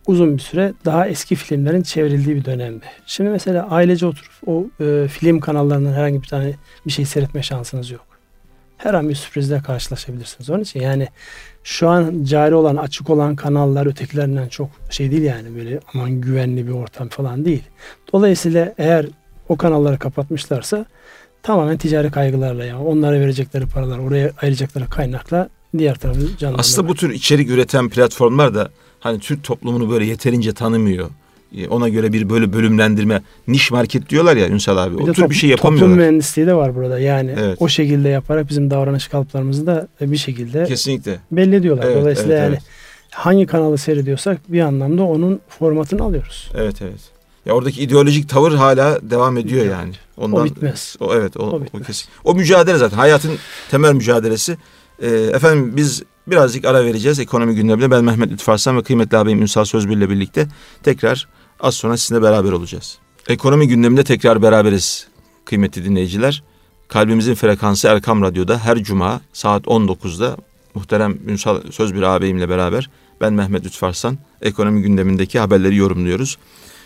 uzun bir süre daha eski filmlerin çevrildiği bir dönemdi. Şimdi mesela ailece oturup o film kanallarından herhangi bir şey seyretme şansınız yok. Her an bir sürprizle karşılaşabilirsiniz. Onun için yani şu an cari olan, açık olan kanallar ötekilerinden çok şey değil yani, böyle aman güvenli bir ortam falan değil. Dolayısıyla eğer o kanalları kapatmışlarsa tamamen ticari kaygılarla, yani onlara verecekleri paralar, oraya ayıracakları kaynakla diğer tarafı canlandırmak. Aslında bu tür içerik üreten platformlar da hani Türk toplumunu böyle yeterince tanımıyor. Ona göre bir böyle bölümlendirme, niş market diyorlar ya Ünsal abi. O tür bir şey yapamıyorlar. Toplum mühendisliği de var burada. Yani evet. O şekilde yaparak bizim davranış kalıplarımızı da bir şekilde kesinlikle belli ediyorlar. Evet, dolayısıyla evet, yani evet. hangi kanalı seyrediyorsak bir anlamda onun formatını alıyoruz. Evet. Ya oradaki ideolojik tavır hala devam ediyor yani. Ondan, o bitmez. O kesin. O mücadele zaten hayatın temel mücadelesi. Efendim biz birazcık ara vereceğiz ekonomi gündemine. Ben Mehmet Lütfü Arslan ve kıymetli ağabeyim Ünsal Sözbir ile birlikte tekrar az sonra sizinle beraber olacağız. Ekonomi gündeminde tekrar beraberiz kıymetli dinleyiciler. Kalbimizin frekansı Erkam Radyo'da her cuma saat 19'da muhterem Ünsal Sözbir ağabeyimle beraber ben Mehmet Lütfü Arslan ekonomi gündemindeki haberleri yorumluyoruz.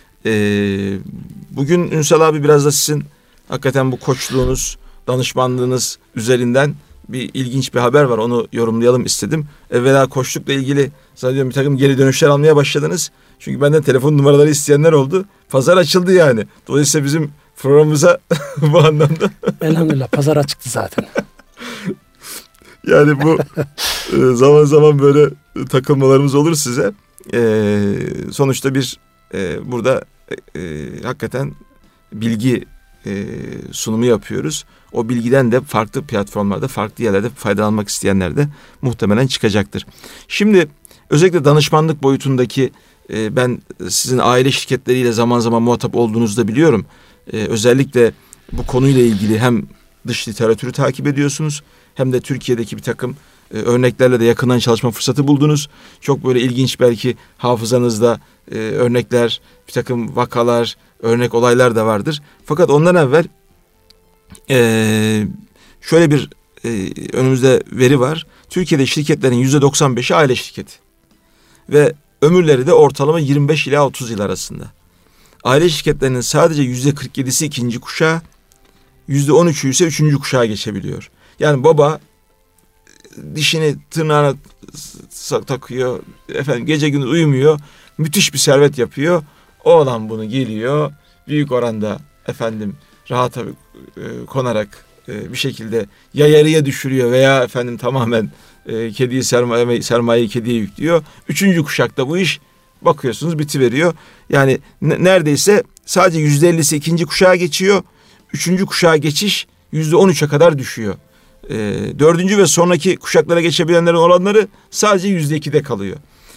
Bugün Ünsal abi biraz da sizin hakikaten bu koçluğunuz, danışmanlığınız üzerinden bir ilginç bir haber var. Onu yorumlayalım istedim. Evvela koçlukla ilgili zannediyorum bir takım geri dönüşler almaya başladınız. Çünkü benden telefon numaraları isteyenler oldu. Pazar açıldı yani. Dolayısıyla bizim programımıza bu anlamda. Elhamdülillah pazar açıktı zaten. Yani bu zaman zaman böyle takılmalarımız olur size. Sonuçta bir burada hakikaten bilgi sunumu yapıyoruz. O bilgiden de farklı platformlarda, farklı yerlerde faydalanmak isteyenler de muhtemelen çıkacaktır. Şimdi özellikle danışmanlık boyutundaki ben sizin aile şirketleriyle zaman zaman muhatap olduğunuzu da biliyorum. Özellikle bu konuyla ilgili hem dış literatürü takip ediyorsunuz hem de Türkiye'deki bir takım örneklerle de yakından çalışma fırsatı buldunuz. Çok böyle ilginç belki hafızanızda örnekler, bir takım vakalar, örnek olaylar da vardır. Fakat ondan evvel şöyle bir önümüzde veri var. Türkiye'de şirketlerin %95'i aile şirketi. Ve ömürleri de ortalama 25 ila 30 yıl arasında. Aile şirketlerinin sadece %47'si ikinci kuşağa, %13'ü ise üçüncü kuşağa geçebiliyor. Yani baba dişini tırnağına takıyor, efendim gece gündüz uyumuyor, müthiş bir servet yapıyor. Oğlan bunu geliyor, büyük oranda efendim rahata konarak bir şekilde ya yarıya düşürüyor veya efendim tamamen kediyi sermayeyi kediye yüklüyor. Üçüncü kuşakta bu iş bakıyorsunuz bitiveriyor. Yani neredeyse sadece %50'si ikinci kuşağa geçiyor. Üçüncü kuşağa geçiş %13'e kadar düşüyor. Dördüncü ve sonraki kuşaklara geçebilenlerin oranları sadece %2'de kalıyor.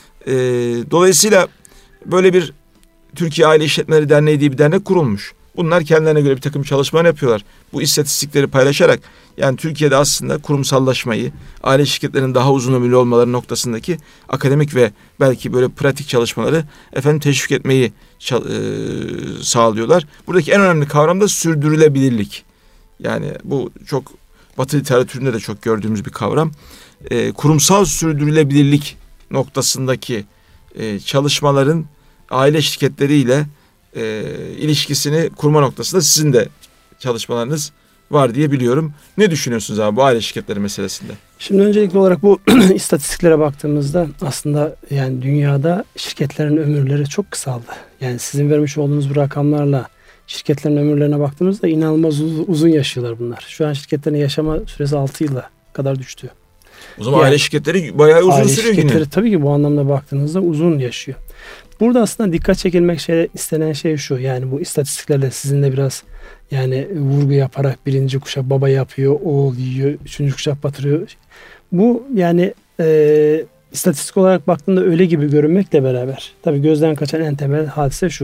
Dolayısıyla böyle bir Türkiye Aile İşletmeleri Derneği diye bir dernek kurulmuş. Bunlar kendilerine göre bir takım çalışmalar yapıyorlar. Bu istatistikleri paylaşarak yani Türkiye'de aslında kurumsallaşmayı, aile şirketlerinin daha uzun ömürlü olmaları noktasındaki akademik ve belki böyle pratik çalışmaları teşvik etmeyi sağlıyorlar. Buradaki en önemli kavram da sürdürülebilirlik. Yani bu çok Batı literatüründe de çok gördüğümüz bir kavram. Kurumsal sürdürülebilirlik noktasındaki çalışmaların aile şirketleriyle ilişkisini kurma noktasında sizin de çalışmalarınız var diye biliyorum. Ne düşünüyorsunuz abi bu aile şirketleri meselesinde? Şimdi öncelikli olarak bu istatistiklere baktığımızda aslında yani dünyada şirketlerin ömürleri çok kısaldı. Yani sizin vermiş olduğunuz bu rakamlarla şirketlerin ömürlerine baktığımızda inanılmaz uzun yaşıyorlar bunlar. Şu an şirketlerin yaşama süresi 6 yıla kadar düştü. O zaman yani, aile şirketleri bayağı uzun sürüyor yine. Aile şirketleri tabii ki bu anlamda baktığınızda uzun yaşıyor. Burada aslında dikkat çekilmek istenen şey şu. Yani bu istatistiklerle sizinle biraz yani vurgu yaparak birinci kuşak baba yapıyor, oğul yiyor, üçüncü kuşak batırıyor. Bu yani istatistik olarak baktığında öyle gibi görünmekle beraber tabii gözden kaçan en temel hadise şu.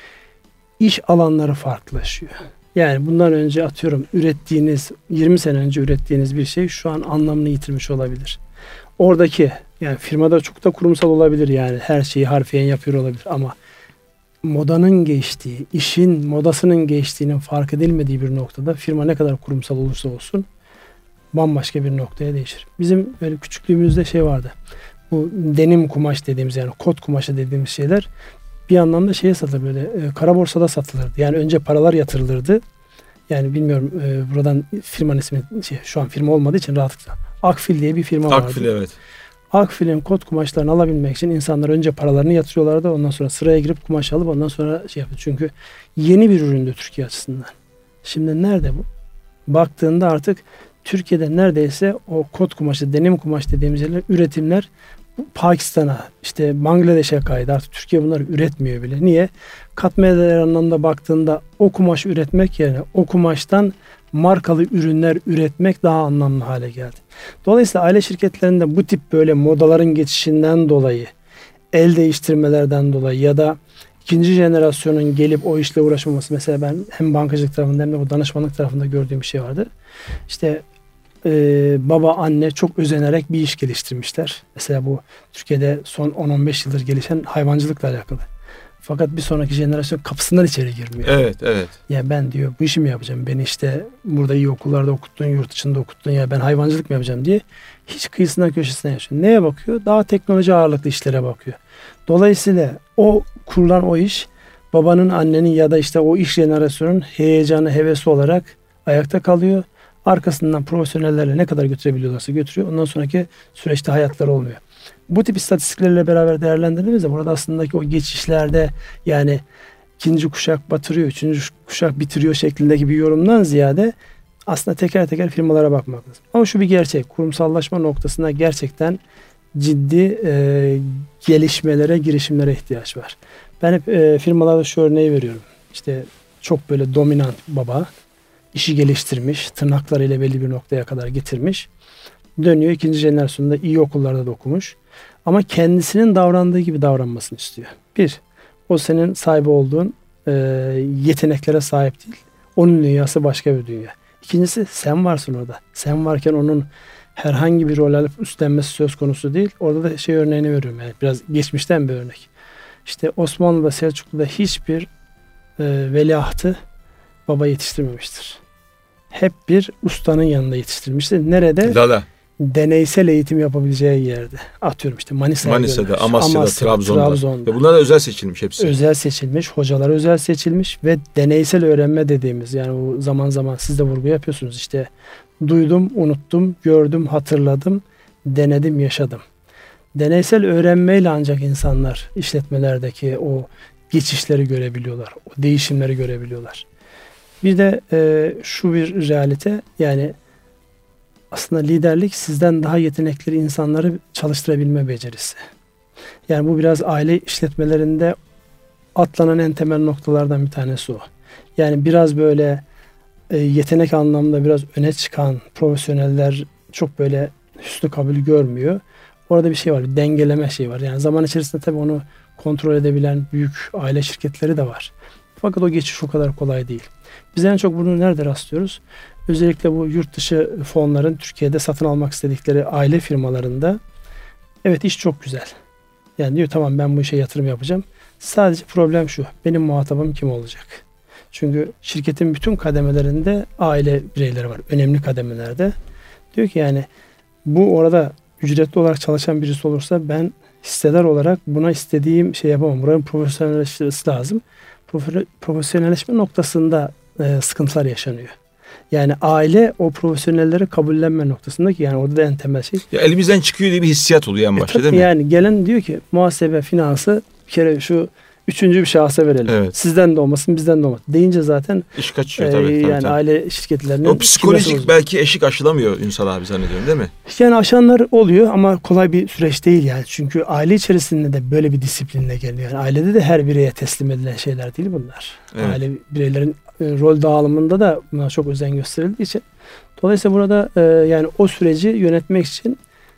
İş alanları farklılaşıyor. Yani bundan önce atıyorum ürettiğiniz 20 sene önce ürettiğiniz bir şey şu an anlamını yitirmiş olabilir. Oradaki yani firmada çok da kurumsal olabilir yani her şeyi harfiyen yapıyor olabilir ama modanın geçtiği, işin modasının geçtiğinin fark edilmediği bir noktada firma ne kadar kurumsal olursa olsun bambaşka bir noktaya değişir. Bizim böyle küçüklüğümüzde şey vardı. bu denim kumaş dediğimiz yani kot kumaşı dediğimiz şeyler bir anlamda şeye satılır böyle kara borsada satılırdı. Yani önce paralar yatırılırdı. Yani bilmiyorum buradan firmanın ismi şu an firma olmadığı için rahatlıkla. Akfil diye bir firma vardı. Akfil, evet. Akfil'in kot kumaşlarını alabilmek için insanlar önce paralarını yatırıyorlardı. Ondan sonra sıraya girip kumaş alıp ondan sonra şey yapıyor. Çünkü yeni bir üründü Türkiye açısından. Şimdi nerede bu? Baktığında artık Türkiye'de neredeyse o kot kumaşı, denim kumaş dediğimiz yerler, üretimler Pakistan'a, işte Bangladeş'e kaydı. Artık Türkiye bunları üretmiyor bile. Niye? Katma değer anlamda baktığında o kumaş üretmek yerine o kumaştan markalı ürünler üretmek daha anlamlı hale geldi. Dolayısıyla aile şirketlerinde bu tip böyle modaların geçişinden dolayı, el değiştirmelerden dolayı ya da ikinci jenerasyonun gelip o işle uğraşmaması. Mesela ben hem bankacılık tarafında hem de bu danışmanlık tarafında gördüğüm bir şey vardı. İşte baba anne çok özenerek bir iş geliştirmişler. Mesela bu Türkiye'de son 10-15 yıldır gelişen hayvancılıkla alakalı. Fakat bir sonraki jenerasyon kapısından içeri girmiyor. Evet, evet. Ya ben diyor bu işi mi yapacağım? Beni işte burada iyi okullarda okuttun, yurt dışında okuttun, ya ben hayvancılık mı yapacağım diye hiç kıyısından köşesinden yaşıyor. Neye bakıyor? Daha teknoloji ağırlıklı işlere bakıyor. Dolayısıyla o kurulan o iş babanın, annenin ya da işte o iş jenerasyonun heyecanı, hevesi olarak ayakta kalıyor. Arkasından profesyonellerle ne kadar götürebiliyorlarsa götürüyor. Ondan sonraki süreçte hayatları olmuyor. Bu tip istatistiklerle beraber değerlendirdiğimizde burada aslında o geçişlerde yani ikinci kuşak batırıyor, üçüncü kuşak bitiriyor şeklindeki bir yorumdan ziyade aslında teker teker firmalara bakmak lazım. Ama şu bir gerçek, kurumsallaşma noktasında gerçekten ciddi gelişmelere, girişimlere ihtiyaç var. Ben hep firmalarda şu örneği veriyorum. İşte çok böyle dominant baba, işi geliştirmiş, tırnaklarıyla belli bir noktaya kadar getirmiş. Dönüyor, ikinci jenerasyonda iyi okullarda da okumuş. Ama kendisinin davrandığı gibi davranmasını istiyor. Bir, o senin sahibi olduğun yeteneklere sahip değil. Onun dünyası başka bir dünya. İkincisi, sen varsın orada. Sen varken onun herhangi bir rol alıp üstlenmesi söz konusu değil. Orada da şey örneğini veriyorum. Yani biraz geçmişten bir örnek. İşte Osmanlı'da, Selçuklu'da hiçbir veliahtı baba yetiştirmemiştir. Hep bir ustanın yanında yetiştirmiştir. Nerede? Lala. Deneysel eğitim yapabileceği yerde. Atıyorum işte Manisa'da, Amasya'da, Trabzon'da. Ve bunlar da özel seçilmiş hepsi. Özel seçilmiş, hocalar özel seçilmiş ve deneysel öğrenme dediğimiz, yani bu zaman zaman siz de vurgu yapıyorsunuz, işte duydum, unuttum, gördüm, hatırladım, denedim, yaşadım. Deneysel öğrenmeyle ancak insanlar işletmelerdeki o geçişleri görebiliyorlar, o değişimleri görebiliyorlar. Bir de şu bir realite, yani aslında liderlik sizden daha yetenekli insanları çalıştırabilme becerisi. Yani bu biraz aile işletmelerinde atlanan en temel noktalardan bir tanesi o. Yani biraz böyle yetenek anlamda biraz öne çıkan profesyoneller çok böyle hüsnü kabul görmüyor. Orada bir şey var, bir dengeleme şeyi var. Yani zaman içerisinde tabii onu kontrol edebilen büyük aile şirketleri de var. Fakat o geçiş o kadar kolay değil. Biz en çok bunu nerede rastlıyoruz? Özellikle bu yurt dışı fonların Türkiye'de satın almak istedikleri aile firmalarında, evet iş çok güzel. Yani diyor tamam ben bu işe yatırım yapacağım. Sadece problem şu, benim muhatabım kim olacak? Çünkü şirketin bütün kademelerinde aile bireyleri var. Önemli kademelerde. Diyor ki yani bu orada ücretli olarak çalışan birisi olursa ben hissedar olarak buna istediğim şey yapamam. Buranın profesyonelleşmesi lazım. Profesyonelleşme noktasında sıkıntılar yaşanıyor. Yani aile o profesyonelleri kabullenme noktasındaki, yani orada da en temel şey. Ya elimizden çıkıyor diye bir hissiyat oluyor en başta değil mi? Yani gelen diyor ki muhasebe, finansı bir kere şu üçüncü bir şahsa verelim. Evet. Sizden de olmasın, bizden de olmasın deyince zaten iş kaçıyor tabii. Yani tabii. aile şirketlerinin o psikolojik belki eşik aşılamıyor Ünsal abi zannediyorum değil mi? Yani aşanlar oluyor ama kolay bir süreç değil yani. Çünkü aile içerisinde de böyle bir disiplinle geliyor. Yani ailede de her bireye teslim edilen şeyler değil bunlar. Evet. Aile bireylerin rol dağılımında da buna çok özen gösterildiği için. Dolayısıyla burada yani o süreci yönetmek için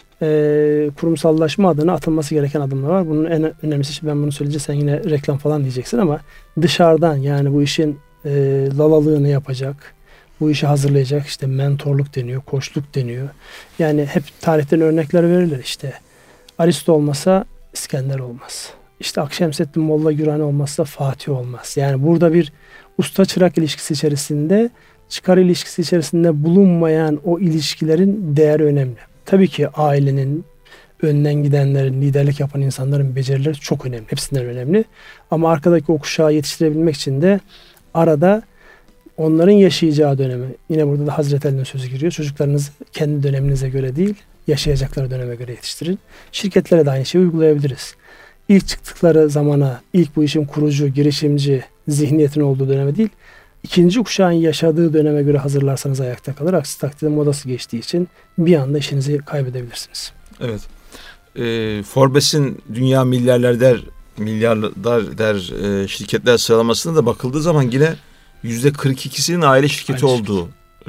kurumsallaşma adına atılması gereken adımlar var. Bunun en önemlisi, ben bunu söyleyince sen yine reklam falan diyeceksin ama dışarıdan, yani bu işin lalalığını yapacak, bu işi hazırlayacak, işte mentorluk deniyor, koçluk deniyor. Yani hep tarihten örnekler verilir, işte Aristo olmasa İskender olmaz. İşte Akşemseddin Molla Gürani olmazsa Fatih olmaz. Yani burada bir usta çırak ilişkisi içerisinde, çıkar ilişkisi içerisinde bulunmayan o ilişkilerin değeri önemli. Tabii ki ailenin, önden gidenlerin, liderlik yapan insanların becerileri çok önemli. Hepsinden önemli. Ama arkadaki o kuşağı yetiştirebilmek için de arada onların yaşayacağı dönemi, yine burada da Hazreti Ali'nin sözü giriyor. Çocuklarınızı kendi döneminize göre değil, yaşayacakları döneme göre yetiştirin. Şirketlere de aynı şeyi uygulayabiliriz. İlk çıktıkları zamana, ilk bu işin kurucu, girişimci zihniyetin olduğu döneme değil, ikinci kuşağın yaşadığı döneme göre hazırlarsanız ayakta kalır. Aksi takdirde modası geçtiği için bir anda işinizi kaybedebilirsiniz. Evet. Forbes'in dünya milyarder şirketler sıralamasına da bakıldığı zaman yine %42'sinin aile şirketi olduğu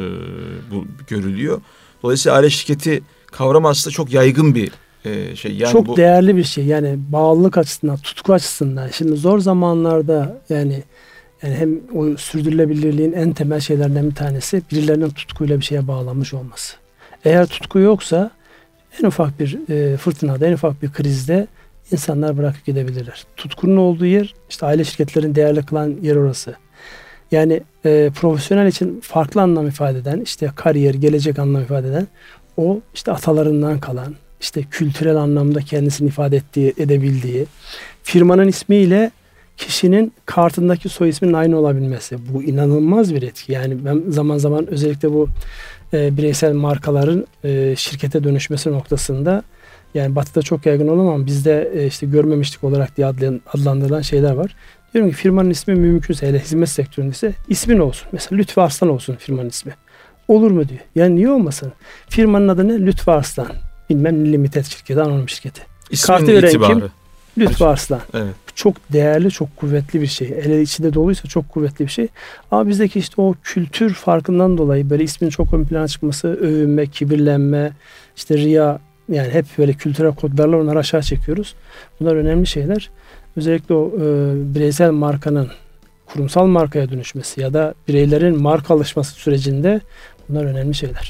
bu görülüyor. Dolayısıyla aile şirketi kavramı aslında çok yaygın bir şey. Yani çok değerli bir şey. Yani bağlılık açısından, tutku açısından. Şimdi zor zamanlarda yani hem o sürdürülebilirliğin en temel şeylerden bir tanesi birilerinin tutkuyla bir şeye bağlanmış olması. Eğer tutku yoksa en ufak bir fırtınada, en ufak bir krizde insanlar bırakıp gidebilirler. Tutkunun olduğu yer, işte aile şirketlerin değerli kılan yer orası. Yani profesyonel için farklı anlam ifade eden, işte kariyer, gelecek anlam ifade eden, o işte atalarından kalan, işte kültürel anlamda kendisini ifade edebildiği, firmanın ismiyle kişinin kartındaki soy isminin aynı olabilmesi. Bu inanılmaz bir etki. Yani ben zaman zaman özellikle bu bireysel markaların şirkete dönüşmesi noktasında, yani Batı'da çok yaygın olan ama bizde işte görmemişlik olarak diye adlandırılan şeyler var. Diyorum ki firmanın ismi mümkünse, hele hizmet sektöründeyse ismin olsun. Mesela Lütfü Arslan olsun firmanın ismi. Olur mu diyor. Yani niye olmasın? Firmanın adı ne? Lütfü Arslan. Bilmem limited şirketi, anonim şirketi. İsmin kartı veren itibarı. kim? Lütfü Arslan. Evet. Çok değerli, çok kuvvetli bir şey. Ele içinde doluysa çok kuvvetli bir şey. Ama bizdeki işte o kültür farkından dolayı böyle ismin çok ön plana çıkması, övünme, kibirlenme, işte riya, yani hep böyle kültürel kodlarla onları aşağı çekiyoruz. Bunlar önemli şeyler. Özellikle o bireysel markanın kurumsal markaya dönüşmesi ya da bireylerin markalaşması sürecinde bunlar önemli şeyler.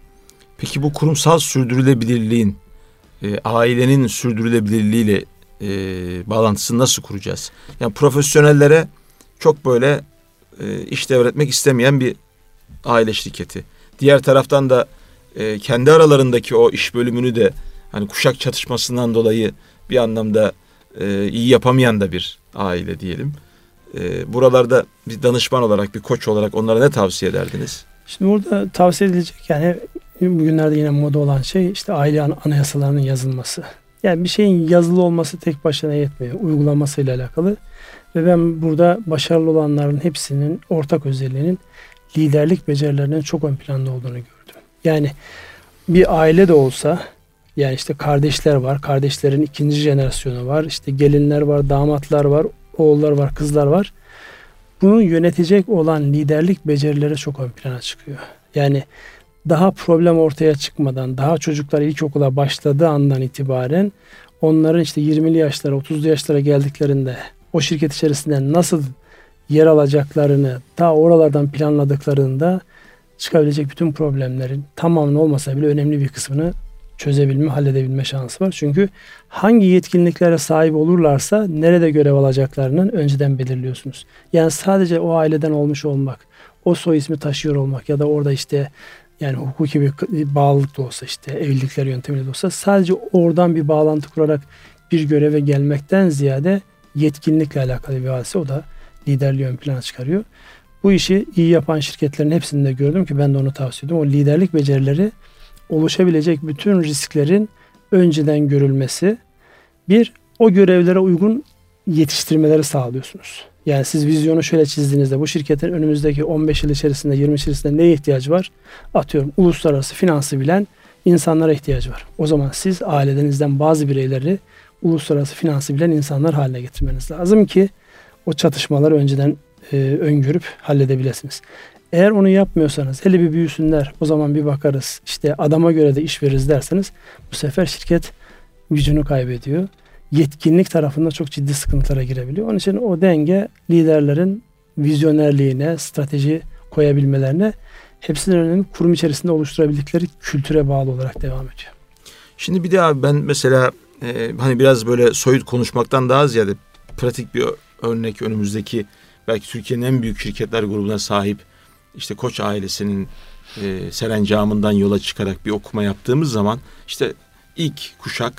Peki bu kurumsal sürdürülebilirliğin ailenin sürdürülebilirliğiyle bağlantısını nasıl kuracağız? Yani profesyonellere çok böyle iş devretmek istemeyen bir aile şirketi. Diğer taraftan da kendi aralarındaki o iş bölümünü de hani kuşak çatışmasından dolayı bir anlamda iyi yapamayan da bir aile diyelim. Buralarda bir danışman olarak, bir koç olarak onlara ne tavsiye ederdiniz? Şimdi burada tavsiye edilecek, yani bugünlerde yine moda olan şey işte aile anayasalarının yazılması. Yani bir şeyin yazılı olması tek başına yetmiyor. Uygulamasıyla alakalı. Ve ben burada başarılı olanların hepsinin ortak özelliğinin liderlik becerilerinin çok ön planda olduğunu gördüm. Yani bir aile de olsa, yani işte kardeşler var, kardeşlerin ikinci jenerasyonu var, işte gelinler var, damatlar var, oğullar var, kızlar var. Bunu yönetecek olan liderlik becerileri çok ön plana çıkıyor. Yani daha problem ortaya çıkmadan, daha çocuklar ilkokula başladığı andan itibaren onların işte 20'li yaşlara, 30'lu yaşlara geldiklerinde o şirket içerisinde nasıl yer alacaklarını ta oralardan planladıklarında çıkabilecek bütün problemlerin tamamını olmasa bile önemli bir kısmını çözebilme, halledebilme şansı var. Çünkü hangi yetkinliklere sahip olurlarsa nerede görev alacaklarını önceden belirliyorsunuz. Yani sadece o aileden olmuş olmak, o soy ismi taşıyor olmak ya da orada işte yani hukuki bir bağlılık da olsa, işte evlilikler yöntemiyle de olsa, sadece oradan bir bağlantı kurarak bir göreve gelmekten ziyade yetkinlikle alakalı bir hadise, o da liderliği ön plana çıkarıyor. Bu işi iyi yapan şirketlerin hepsinde gördüm ki ben de onu tavsiye ediyorum. O liderlik becerileri oluşabilecek bütün risklerin önceden görülmesi, bir, o görevlere uygun yetiştirmeleri sağlıyorsunuz. Yani siz vizyonu şöyle çizdiğinizde bu şirketin önümüzdeki 15 yıl içerisinde, 20 yıl içerisinde neye ihtiyacı var? Atıyorum uluslararası finansı bilen insanlara ihtiyacı var. O zaman siz ailenizden bazı bireyleri uluslararası finansı bilen insanlar haline getirmeniz lazım ki o çatışmaları önceden öngörüp halledebilirsiniz. Eğer onu yapmıyorsanız, hele bir büyüsünler, o zaman bir bakarız, işte adama göre de iş veririz derseniz, bu sefer şirket gücünü kaybediyor. Yetkinlik tarafında çok ciddi sıkıntılara girebiliyor. Onun için o denge liderlerin vizyonerliğine, strateji koyabilmelerine, hepsinin önemli, kurum içerisinde oluşturabildikleri kültüre bağlı olarak devam ediyor. Şimdi bir de abi ben mesela hani biraz böyle soyut konuşmaktan daha ziyade pratik bir örnek, önümüzdeki belki Türkiye'nin en büyük şirketler grubuna sahip işte Koç ailesinin serencamından yola çıkarak bir okuma yaptığımız zaman işte ilk kuşak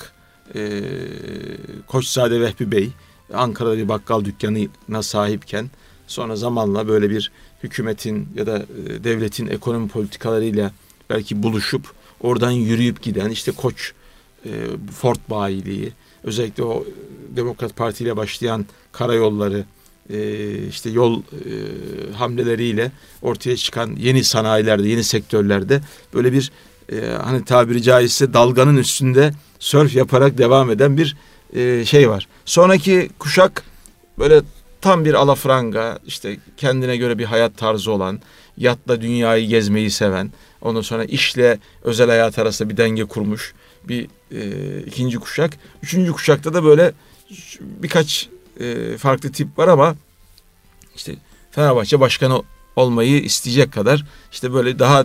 Koçzade Vehbi Bey Ankara'da bir bakkal dükkanına sahipken sonra zamanla böyle bir hükümetin ya da devletin ekonomi politikalarıyla belki buluşup oradan yürüyüp giden işte Koç Ford bayiliği, özellikle o Demokrat Parti ile başlayan karayolları, işte yol hamleleriyle ortaya çıkan yeni sanayilerde, yeni sektörlerde böyle bir hani tabiri caizse dalganın üstünde sörf yaparak devam eden bir şey var. Sonraki kuşak böyle tam bir alafranga, işte kendine göre bir hayat tarzı olan, yatla dünyayı gezmeyi seven, ondan sonra işle özel hayat arasında bir denge kurmuş bir ikinci kuşak. Üçüncü kuşakta da böyle birkaç farklı tip var ama işte Fenerbahçe başkanı olmayı isteyecek kadar işte böyle daha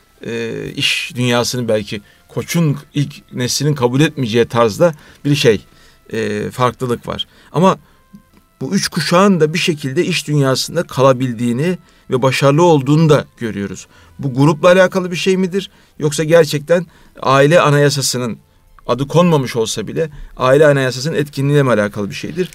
iş dünyasını belki Koç'un ilk neslinin kabul etmeyeceği tarzda bir şey farklılık var. Ama bu üç kuşağın da bir şekilde iş dünyasında kalabildiğini ve başarılı olduğunu da görüyoruz. Bu grupla alakalı bir şey midir? Yoksa gerçekten aile anayasasının adı konmamış olsa bile aile anayasasının etkinliğiyle mi alakalı bir şeydir?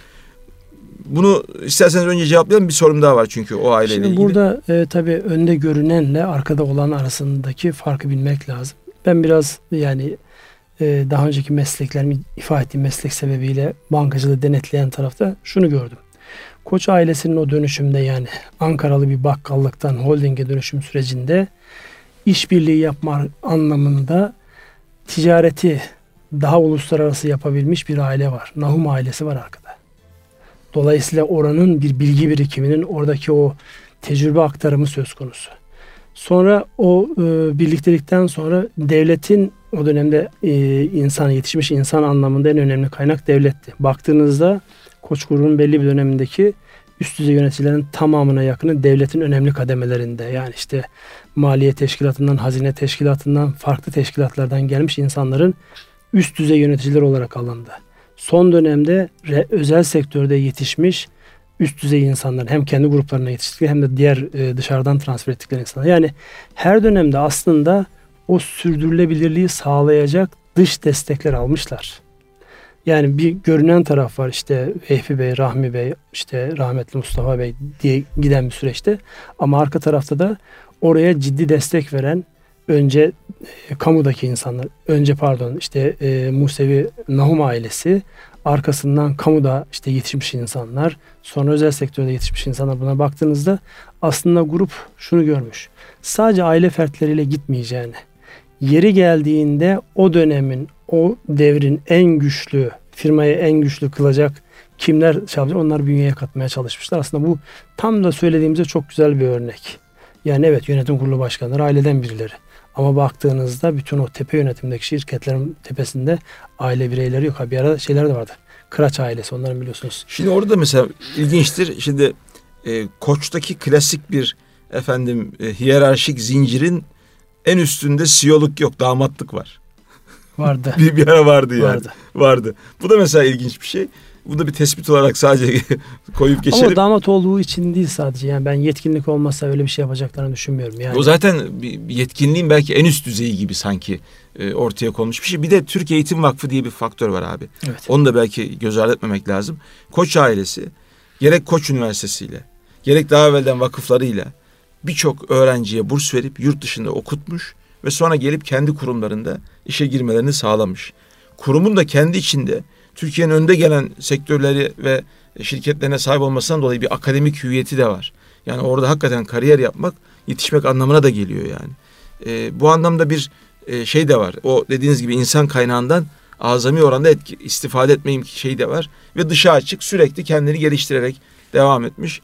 Bunu isterseniz önce cevaplayalım. Bir sorum daha var çünkü o aileyle ilgili. Şimdi burada tabii önde görünenle arkada olan arasındaki farkı bilmek lazım. Ben biraz yani daha önceki mesleklerimi ifade ettiğim meslek sebebiyle bankacılığı denetleyen tarafta şunu gördüm. Koç ailesinin o dönüşümde yani Ankaralı bir bakkallıktan holdinge dönüşüm sürecinde işbirliği yapma anlamında ticareti daha uluslararası yapabilmiş bir aile var. Nahum ailesi var arkada. Dolayısıyla oranın bir bilgi birikiminin oradaki o tecrübe aktarımı söz konusu. Sonra o birliktelikten sonra devletin o dönemde yetişmiş insan anlamında en önemli kaynak devletti. Baktığınızda Koç grubunun belli bir dönemindeki üst düzey yöneticilerin tamamına yakını devletin önemli kademelerinde. Yani işte maliye teşkilatından, hazine teşkilatından, farklı teşkilatlardan gelmiş insanların üst düzey yöneticiler olarak alındı. Son dönemde özel sektörde yetişmiş üst düzey insanlar hem kendi gruplarına yetiştikleri hem de diğer dışarıdan transfer ettikleri insanlar. Yani her dönemde aslında o sürdürülebilirliği sağlayacak dış destekler almışlar. Yani bir görünen taraf var işte Vehbi Bey, Rahmi Bey, işte rahmetli Mustafa Bey diye giden bir süreçte. Ama arka tarafta da oraya ciddi destek veren önce kamudaki insanlar, işte Musevi Nahum ailesi, arkasından kamuda işte yetişmiş insanlar, sonra özel sektörde yetişmiş insanlar, buna baktığınızda aslında grup şunu görmüş. Sadece aile fertleriyle gitmeyeceğini, yeri geldiğinde o dönemin, o devrin en güçlü, firmayı en güçlü kılacak kimler çalışacak, onlar bünyeye katmaya çalışmışlar. Aslında bu tam da söylediğimizde çok güzel bir örnek. Yani evet, yönetim kurulu başkanları aileden birileri. Ama baktığınızda bütün o tepe yönetimdeki şirketlerin tepesinde aile bireyleri yok. Bir arada şeyler de vardı. Kıraç ailesi, onların biliyorsunuz. Şimdi orada mesela ilginçtir. Şimdi Koç'taki klasik bir hiyerarşik zincirin en üstünde CEO'luk yok, damatlık var. Vardı. bir ara vardı yani. Vardı. Bu da mesela ilginç bir şey. Bu da bir tespit olarak sadece koyup geçelim. Ama damat olduğu için değil sadece. Yani ben yetkinlik olmasa öyle bir şey yapacaklarını düşünmüyorum. Yani. O zaten bir yetkinliğin belki en üst düzeyi gibi sanki ortaya konmuş bir şey. Bir de Türk Eğitim Vakfı diye bir faktör var abi. Evet. Onu da belki göz ardı etmemek lazım. Koç ailesi gerek Koç Üniversitesi'yle gerek daha evvelden vakıflarıyla birçok öğrenciye burs verip yurt dışında okutmuş ve sonra gelip kendi kurumlarında işe girmelerini sağlamış. Kurumun da kendi içinde Türkiye'nin önde gelen sektörleri ve şirketlerine sahip olmasından dolayı bir akademik hüviyeti de var. Yani orada hakikaten kariyer yapmak, yetişmek anlamına da geliyor yani. Bu anlamda bir şey de var. O dediğiniz gibi insan kaynağından azami oranda istifade etme şeyi de var. Ve dışa açık, sürekli kendini geliştirerek devam etmiş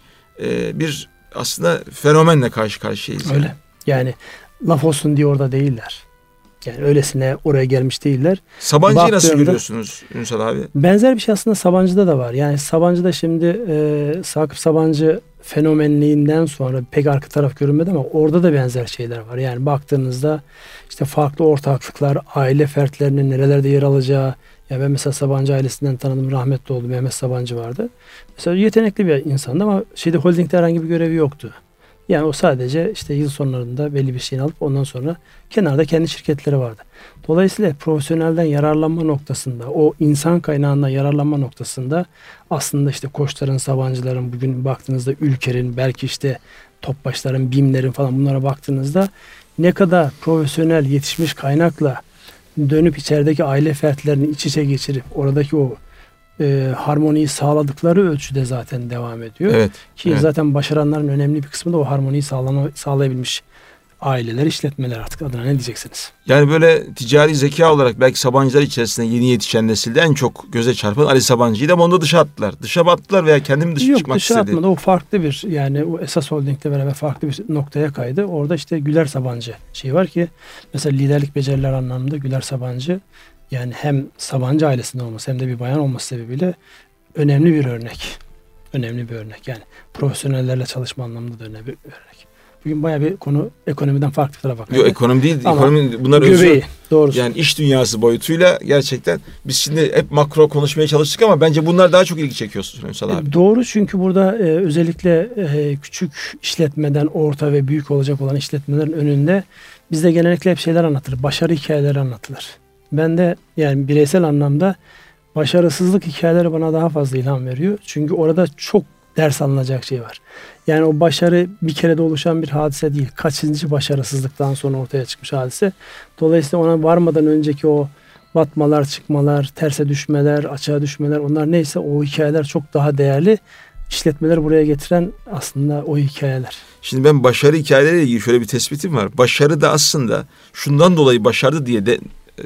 bir aslında fenomenle karşı karşıyayız. Öyle. Yani laf olsun diye orada değiller. Yani öylesine oraya gelmiş değiller. Sabancı'yı nasıl görüyorsunuz Ünsal abi? Benzer bir şey aslında Sabancı'da da var. Yani Sabancı'da şimdi Sakıp Sabancı fenomenliğinden sonra pek arka taraf görünmedi ama orada da benzer şeyler var. Yani baktığınızda işte farklı ortaklıklar, aile fertlerinin nerelerde yer alacağı. Ya ben mesela Sabancı ailesinden tanıdım, rahmetli oldu, Mehmet Sabancı vardı. Mesela yetenekli bir insandı ama holdingde herhangi bir görevi yoktu. Yani o sadece işte yıl sonlarında belli bir şeyini alıp ondan sonra kenarda kendi şirketleri vardı. Dolayısıyla profesyonelden yararlanma noktasında, o insan kaynağından yararlanma noktasında aslında işte Koçların, Sabancıların, bugün baktığınızda Ülker'in, belki işte Topbaşların, BİM'lerin falan, bunlara baktığınızda ne kadar profesyonel yetişmiş kaynakla dönüp içerideki aile fertlerini iç içe geçirip oradaki o harmoniyi sağladıkları ölçüde zaten devam ediyor. Evet. Ki zaten başaranların önemli bir kısmı da o harmoniyi sağlayabilmiş aileler, işletmeler, artık adına ne diyeceksiniz? Yani böyle ticari zeka olarak belki Sabancılar içerisinde yeni yetişen nesilde en çok göze çarpan Ali Sabancı'yı da onu da dışa attılar. Dışa mı attılar veya kendim dışa çıkmak istedi? Yok, dışa atmadı. O farklı bir, yani o Esas Holding'le beraber farklı bir noktaya kaydı. Orada işte Güler Sabancı şey var ki, mesela liderlik beceriler anlamında Güler Sabancı, yani hem Sabancı ailesinde olması hem de bir bayan olması sebebiyle önemli bir örnek. Önemli bir örnek. Yani profesyonellerle çalışma anlamında da önemli bir örnek. Bugün bayağı bir konu ekonomiden farklı bir tarafa bakıyor. Yok, ekonomi değil. Ama ekonomi, bunlar göbeği, doğrusu. Yani iş dünyası boyutuyla gerçekten biz şimdi hep makro konuşmaya çalıştık ama bence bunlar daha çok ilgi çekiyorsunuz Ünsal abi. Doğru, çünkü burada özellikle küçük işletmeden orta ve büyük olacak olan işletmelerin önünde bizde genellikle hep şeyler anlatılır. Başarı hikayeleri anlatılır. Ben de yani bireysel anlamda başarısızlık hikayeleri bana daha fazla ilham veriyor. Çünkü orada çok ders alınacak şey var. Yani o başarı bir kerede oluşan bir hadise değil. Kaçıncı başarısızlıktan sonra ortaya çıkmış hadise. Dolayısıyla ona varmadan önceki o batmalar, çıkmalar, terse düşmeler, açığa düşmeler, onlar neyse o hikayeler çok daha değerli. İşletmeleri buraya getiren aslında o hikayeler. Şimdi ben başarı hikayeleriyle ilgili şöyle bir tespitim var. Başarı da aslında şundan dolayı başardı diye de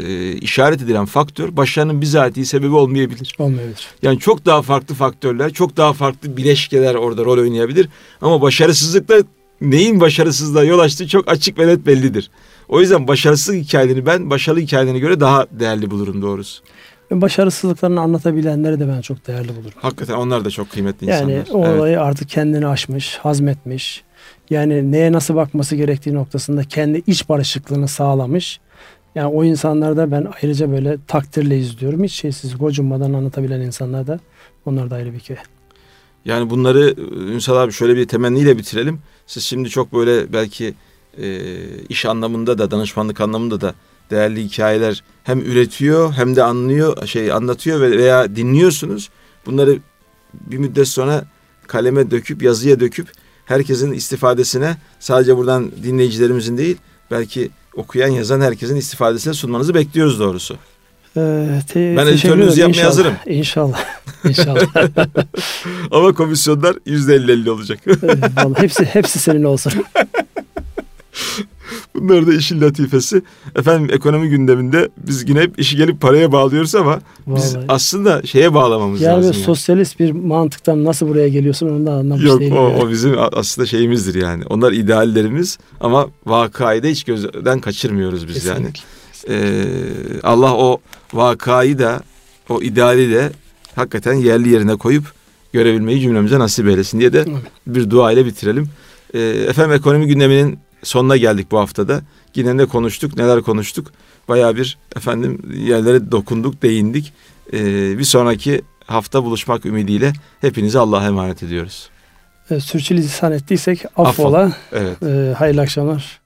işaret edilen faktör başarının bizatihi sebebi olmayabilir. Olmayabilir. Yani çok daha farklı faktörler, çok daha farklı bileşkeler orada rol oynayabilir. Ama başarısızlıkla neyin başarısızlığa yol açtığı çok açık ve net bellidir. O yüzden başarısızlık hikayelerini ben başarılı hikayelerine göre daha değerli bulurum doğrusu. Başarısızlıklarını anlatabilenleri de ben çok değerli bulurum. Hakikaten onlar da çok kıymetli insanlar. Yani o olayı artık kendini aşmış, hazmetmiş. Yani neye nasıl bakması gerektiği noktasında kendi iç barışıklığını sağlamış. Yani o insanlarda ben ayrıca böyle takdirle izliyorum. Hiç şeysiz, gocunmadan anlatabilen insanlar da, onlar da ayrı bir hikaye. Yani bunları Ünsal abi şöyle bir temenniyle bitirelim. Siz şimdi çok böyle belki iş anlamında da danışmanlık anlamında da değerli hikayeler hem üretiyor hem de anlatıyor veya dinliyorsunuz. Bunları bir müddet sonra kaleme döküp yazıya döküp herkesin istifadesine, sadece buradan dinleyicilerimizin değil belki okuyan yazan herkesin istifadesine sunmanızı bekliyoruz doğrusu. Ben editörlüğünüzü yapmaya hazırım. İnşallah. İnşallah. Ama komisyonlar %50-50 olacak. Vallahi hepsi senin olsun. Bunlar da işin latifesi. Efendim ekonomi gündeminde biz yine hep işi gelip paraya bağlıyoruz ama biz aslında şeye bağlamamız lazım. Yani sosyalist bir mantıktan nasıl buraya geliyorsun onu da anlamış değilim. Yok o bizim aslında şeyimizdir yani. Onlar ideallerimiz ama vakayı da hiç gözden kaçırmıyoruz biz. Kesinlikle. Yani. Allah o vakayı da o ideali de hakikaten yerli yerine koyup görebilmeyi cümlemize nasip eylesin diye de bir dua ile bitirelim. Efendim ekonomi gündeminin sonuna geldik bu haftada. Yine ne konuştuk, neler konuştuk. Bayağı bir yerlere dokunduk, değindik. Bir sonraki hafta buluşmak ümidiyle hepinizi Allah'a emanet ediyoruz. Sürçülisan ettiysek affola. Evet. Hayırlı akşamlar.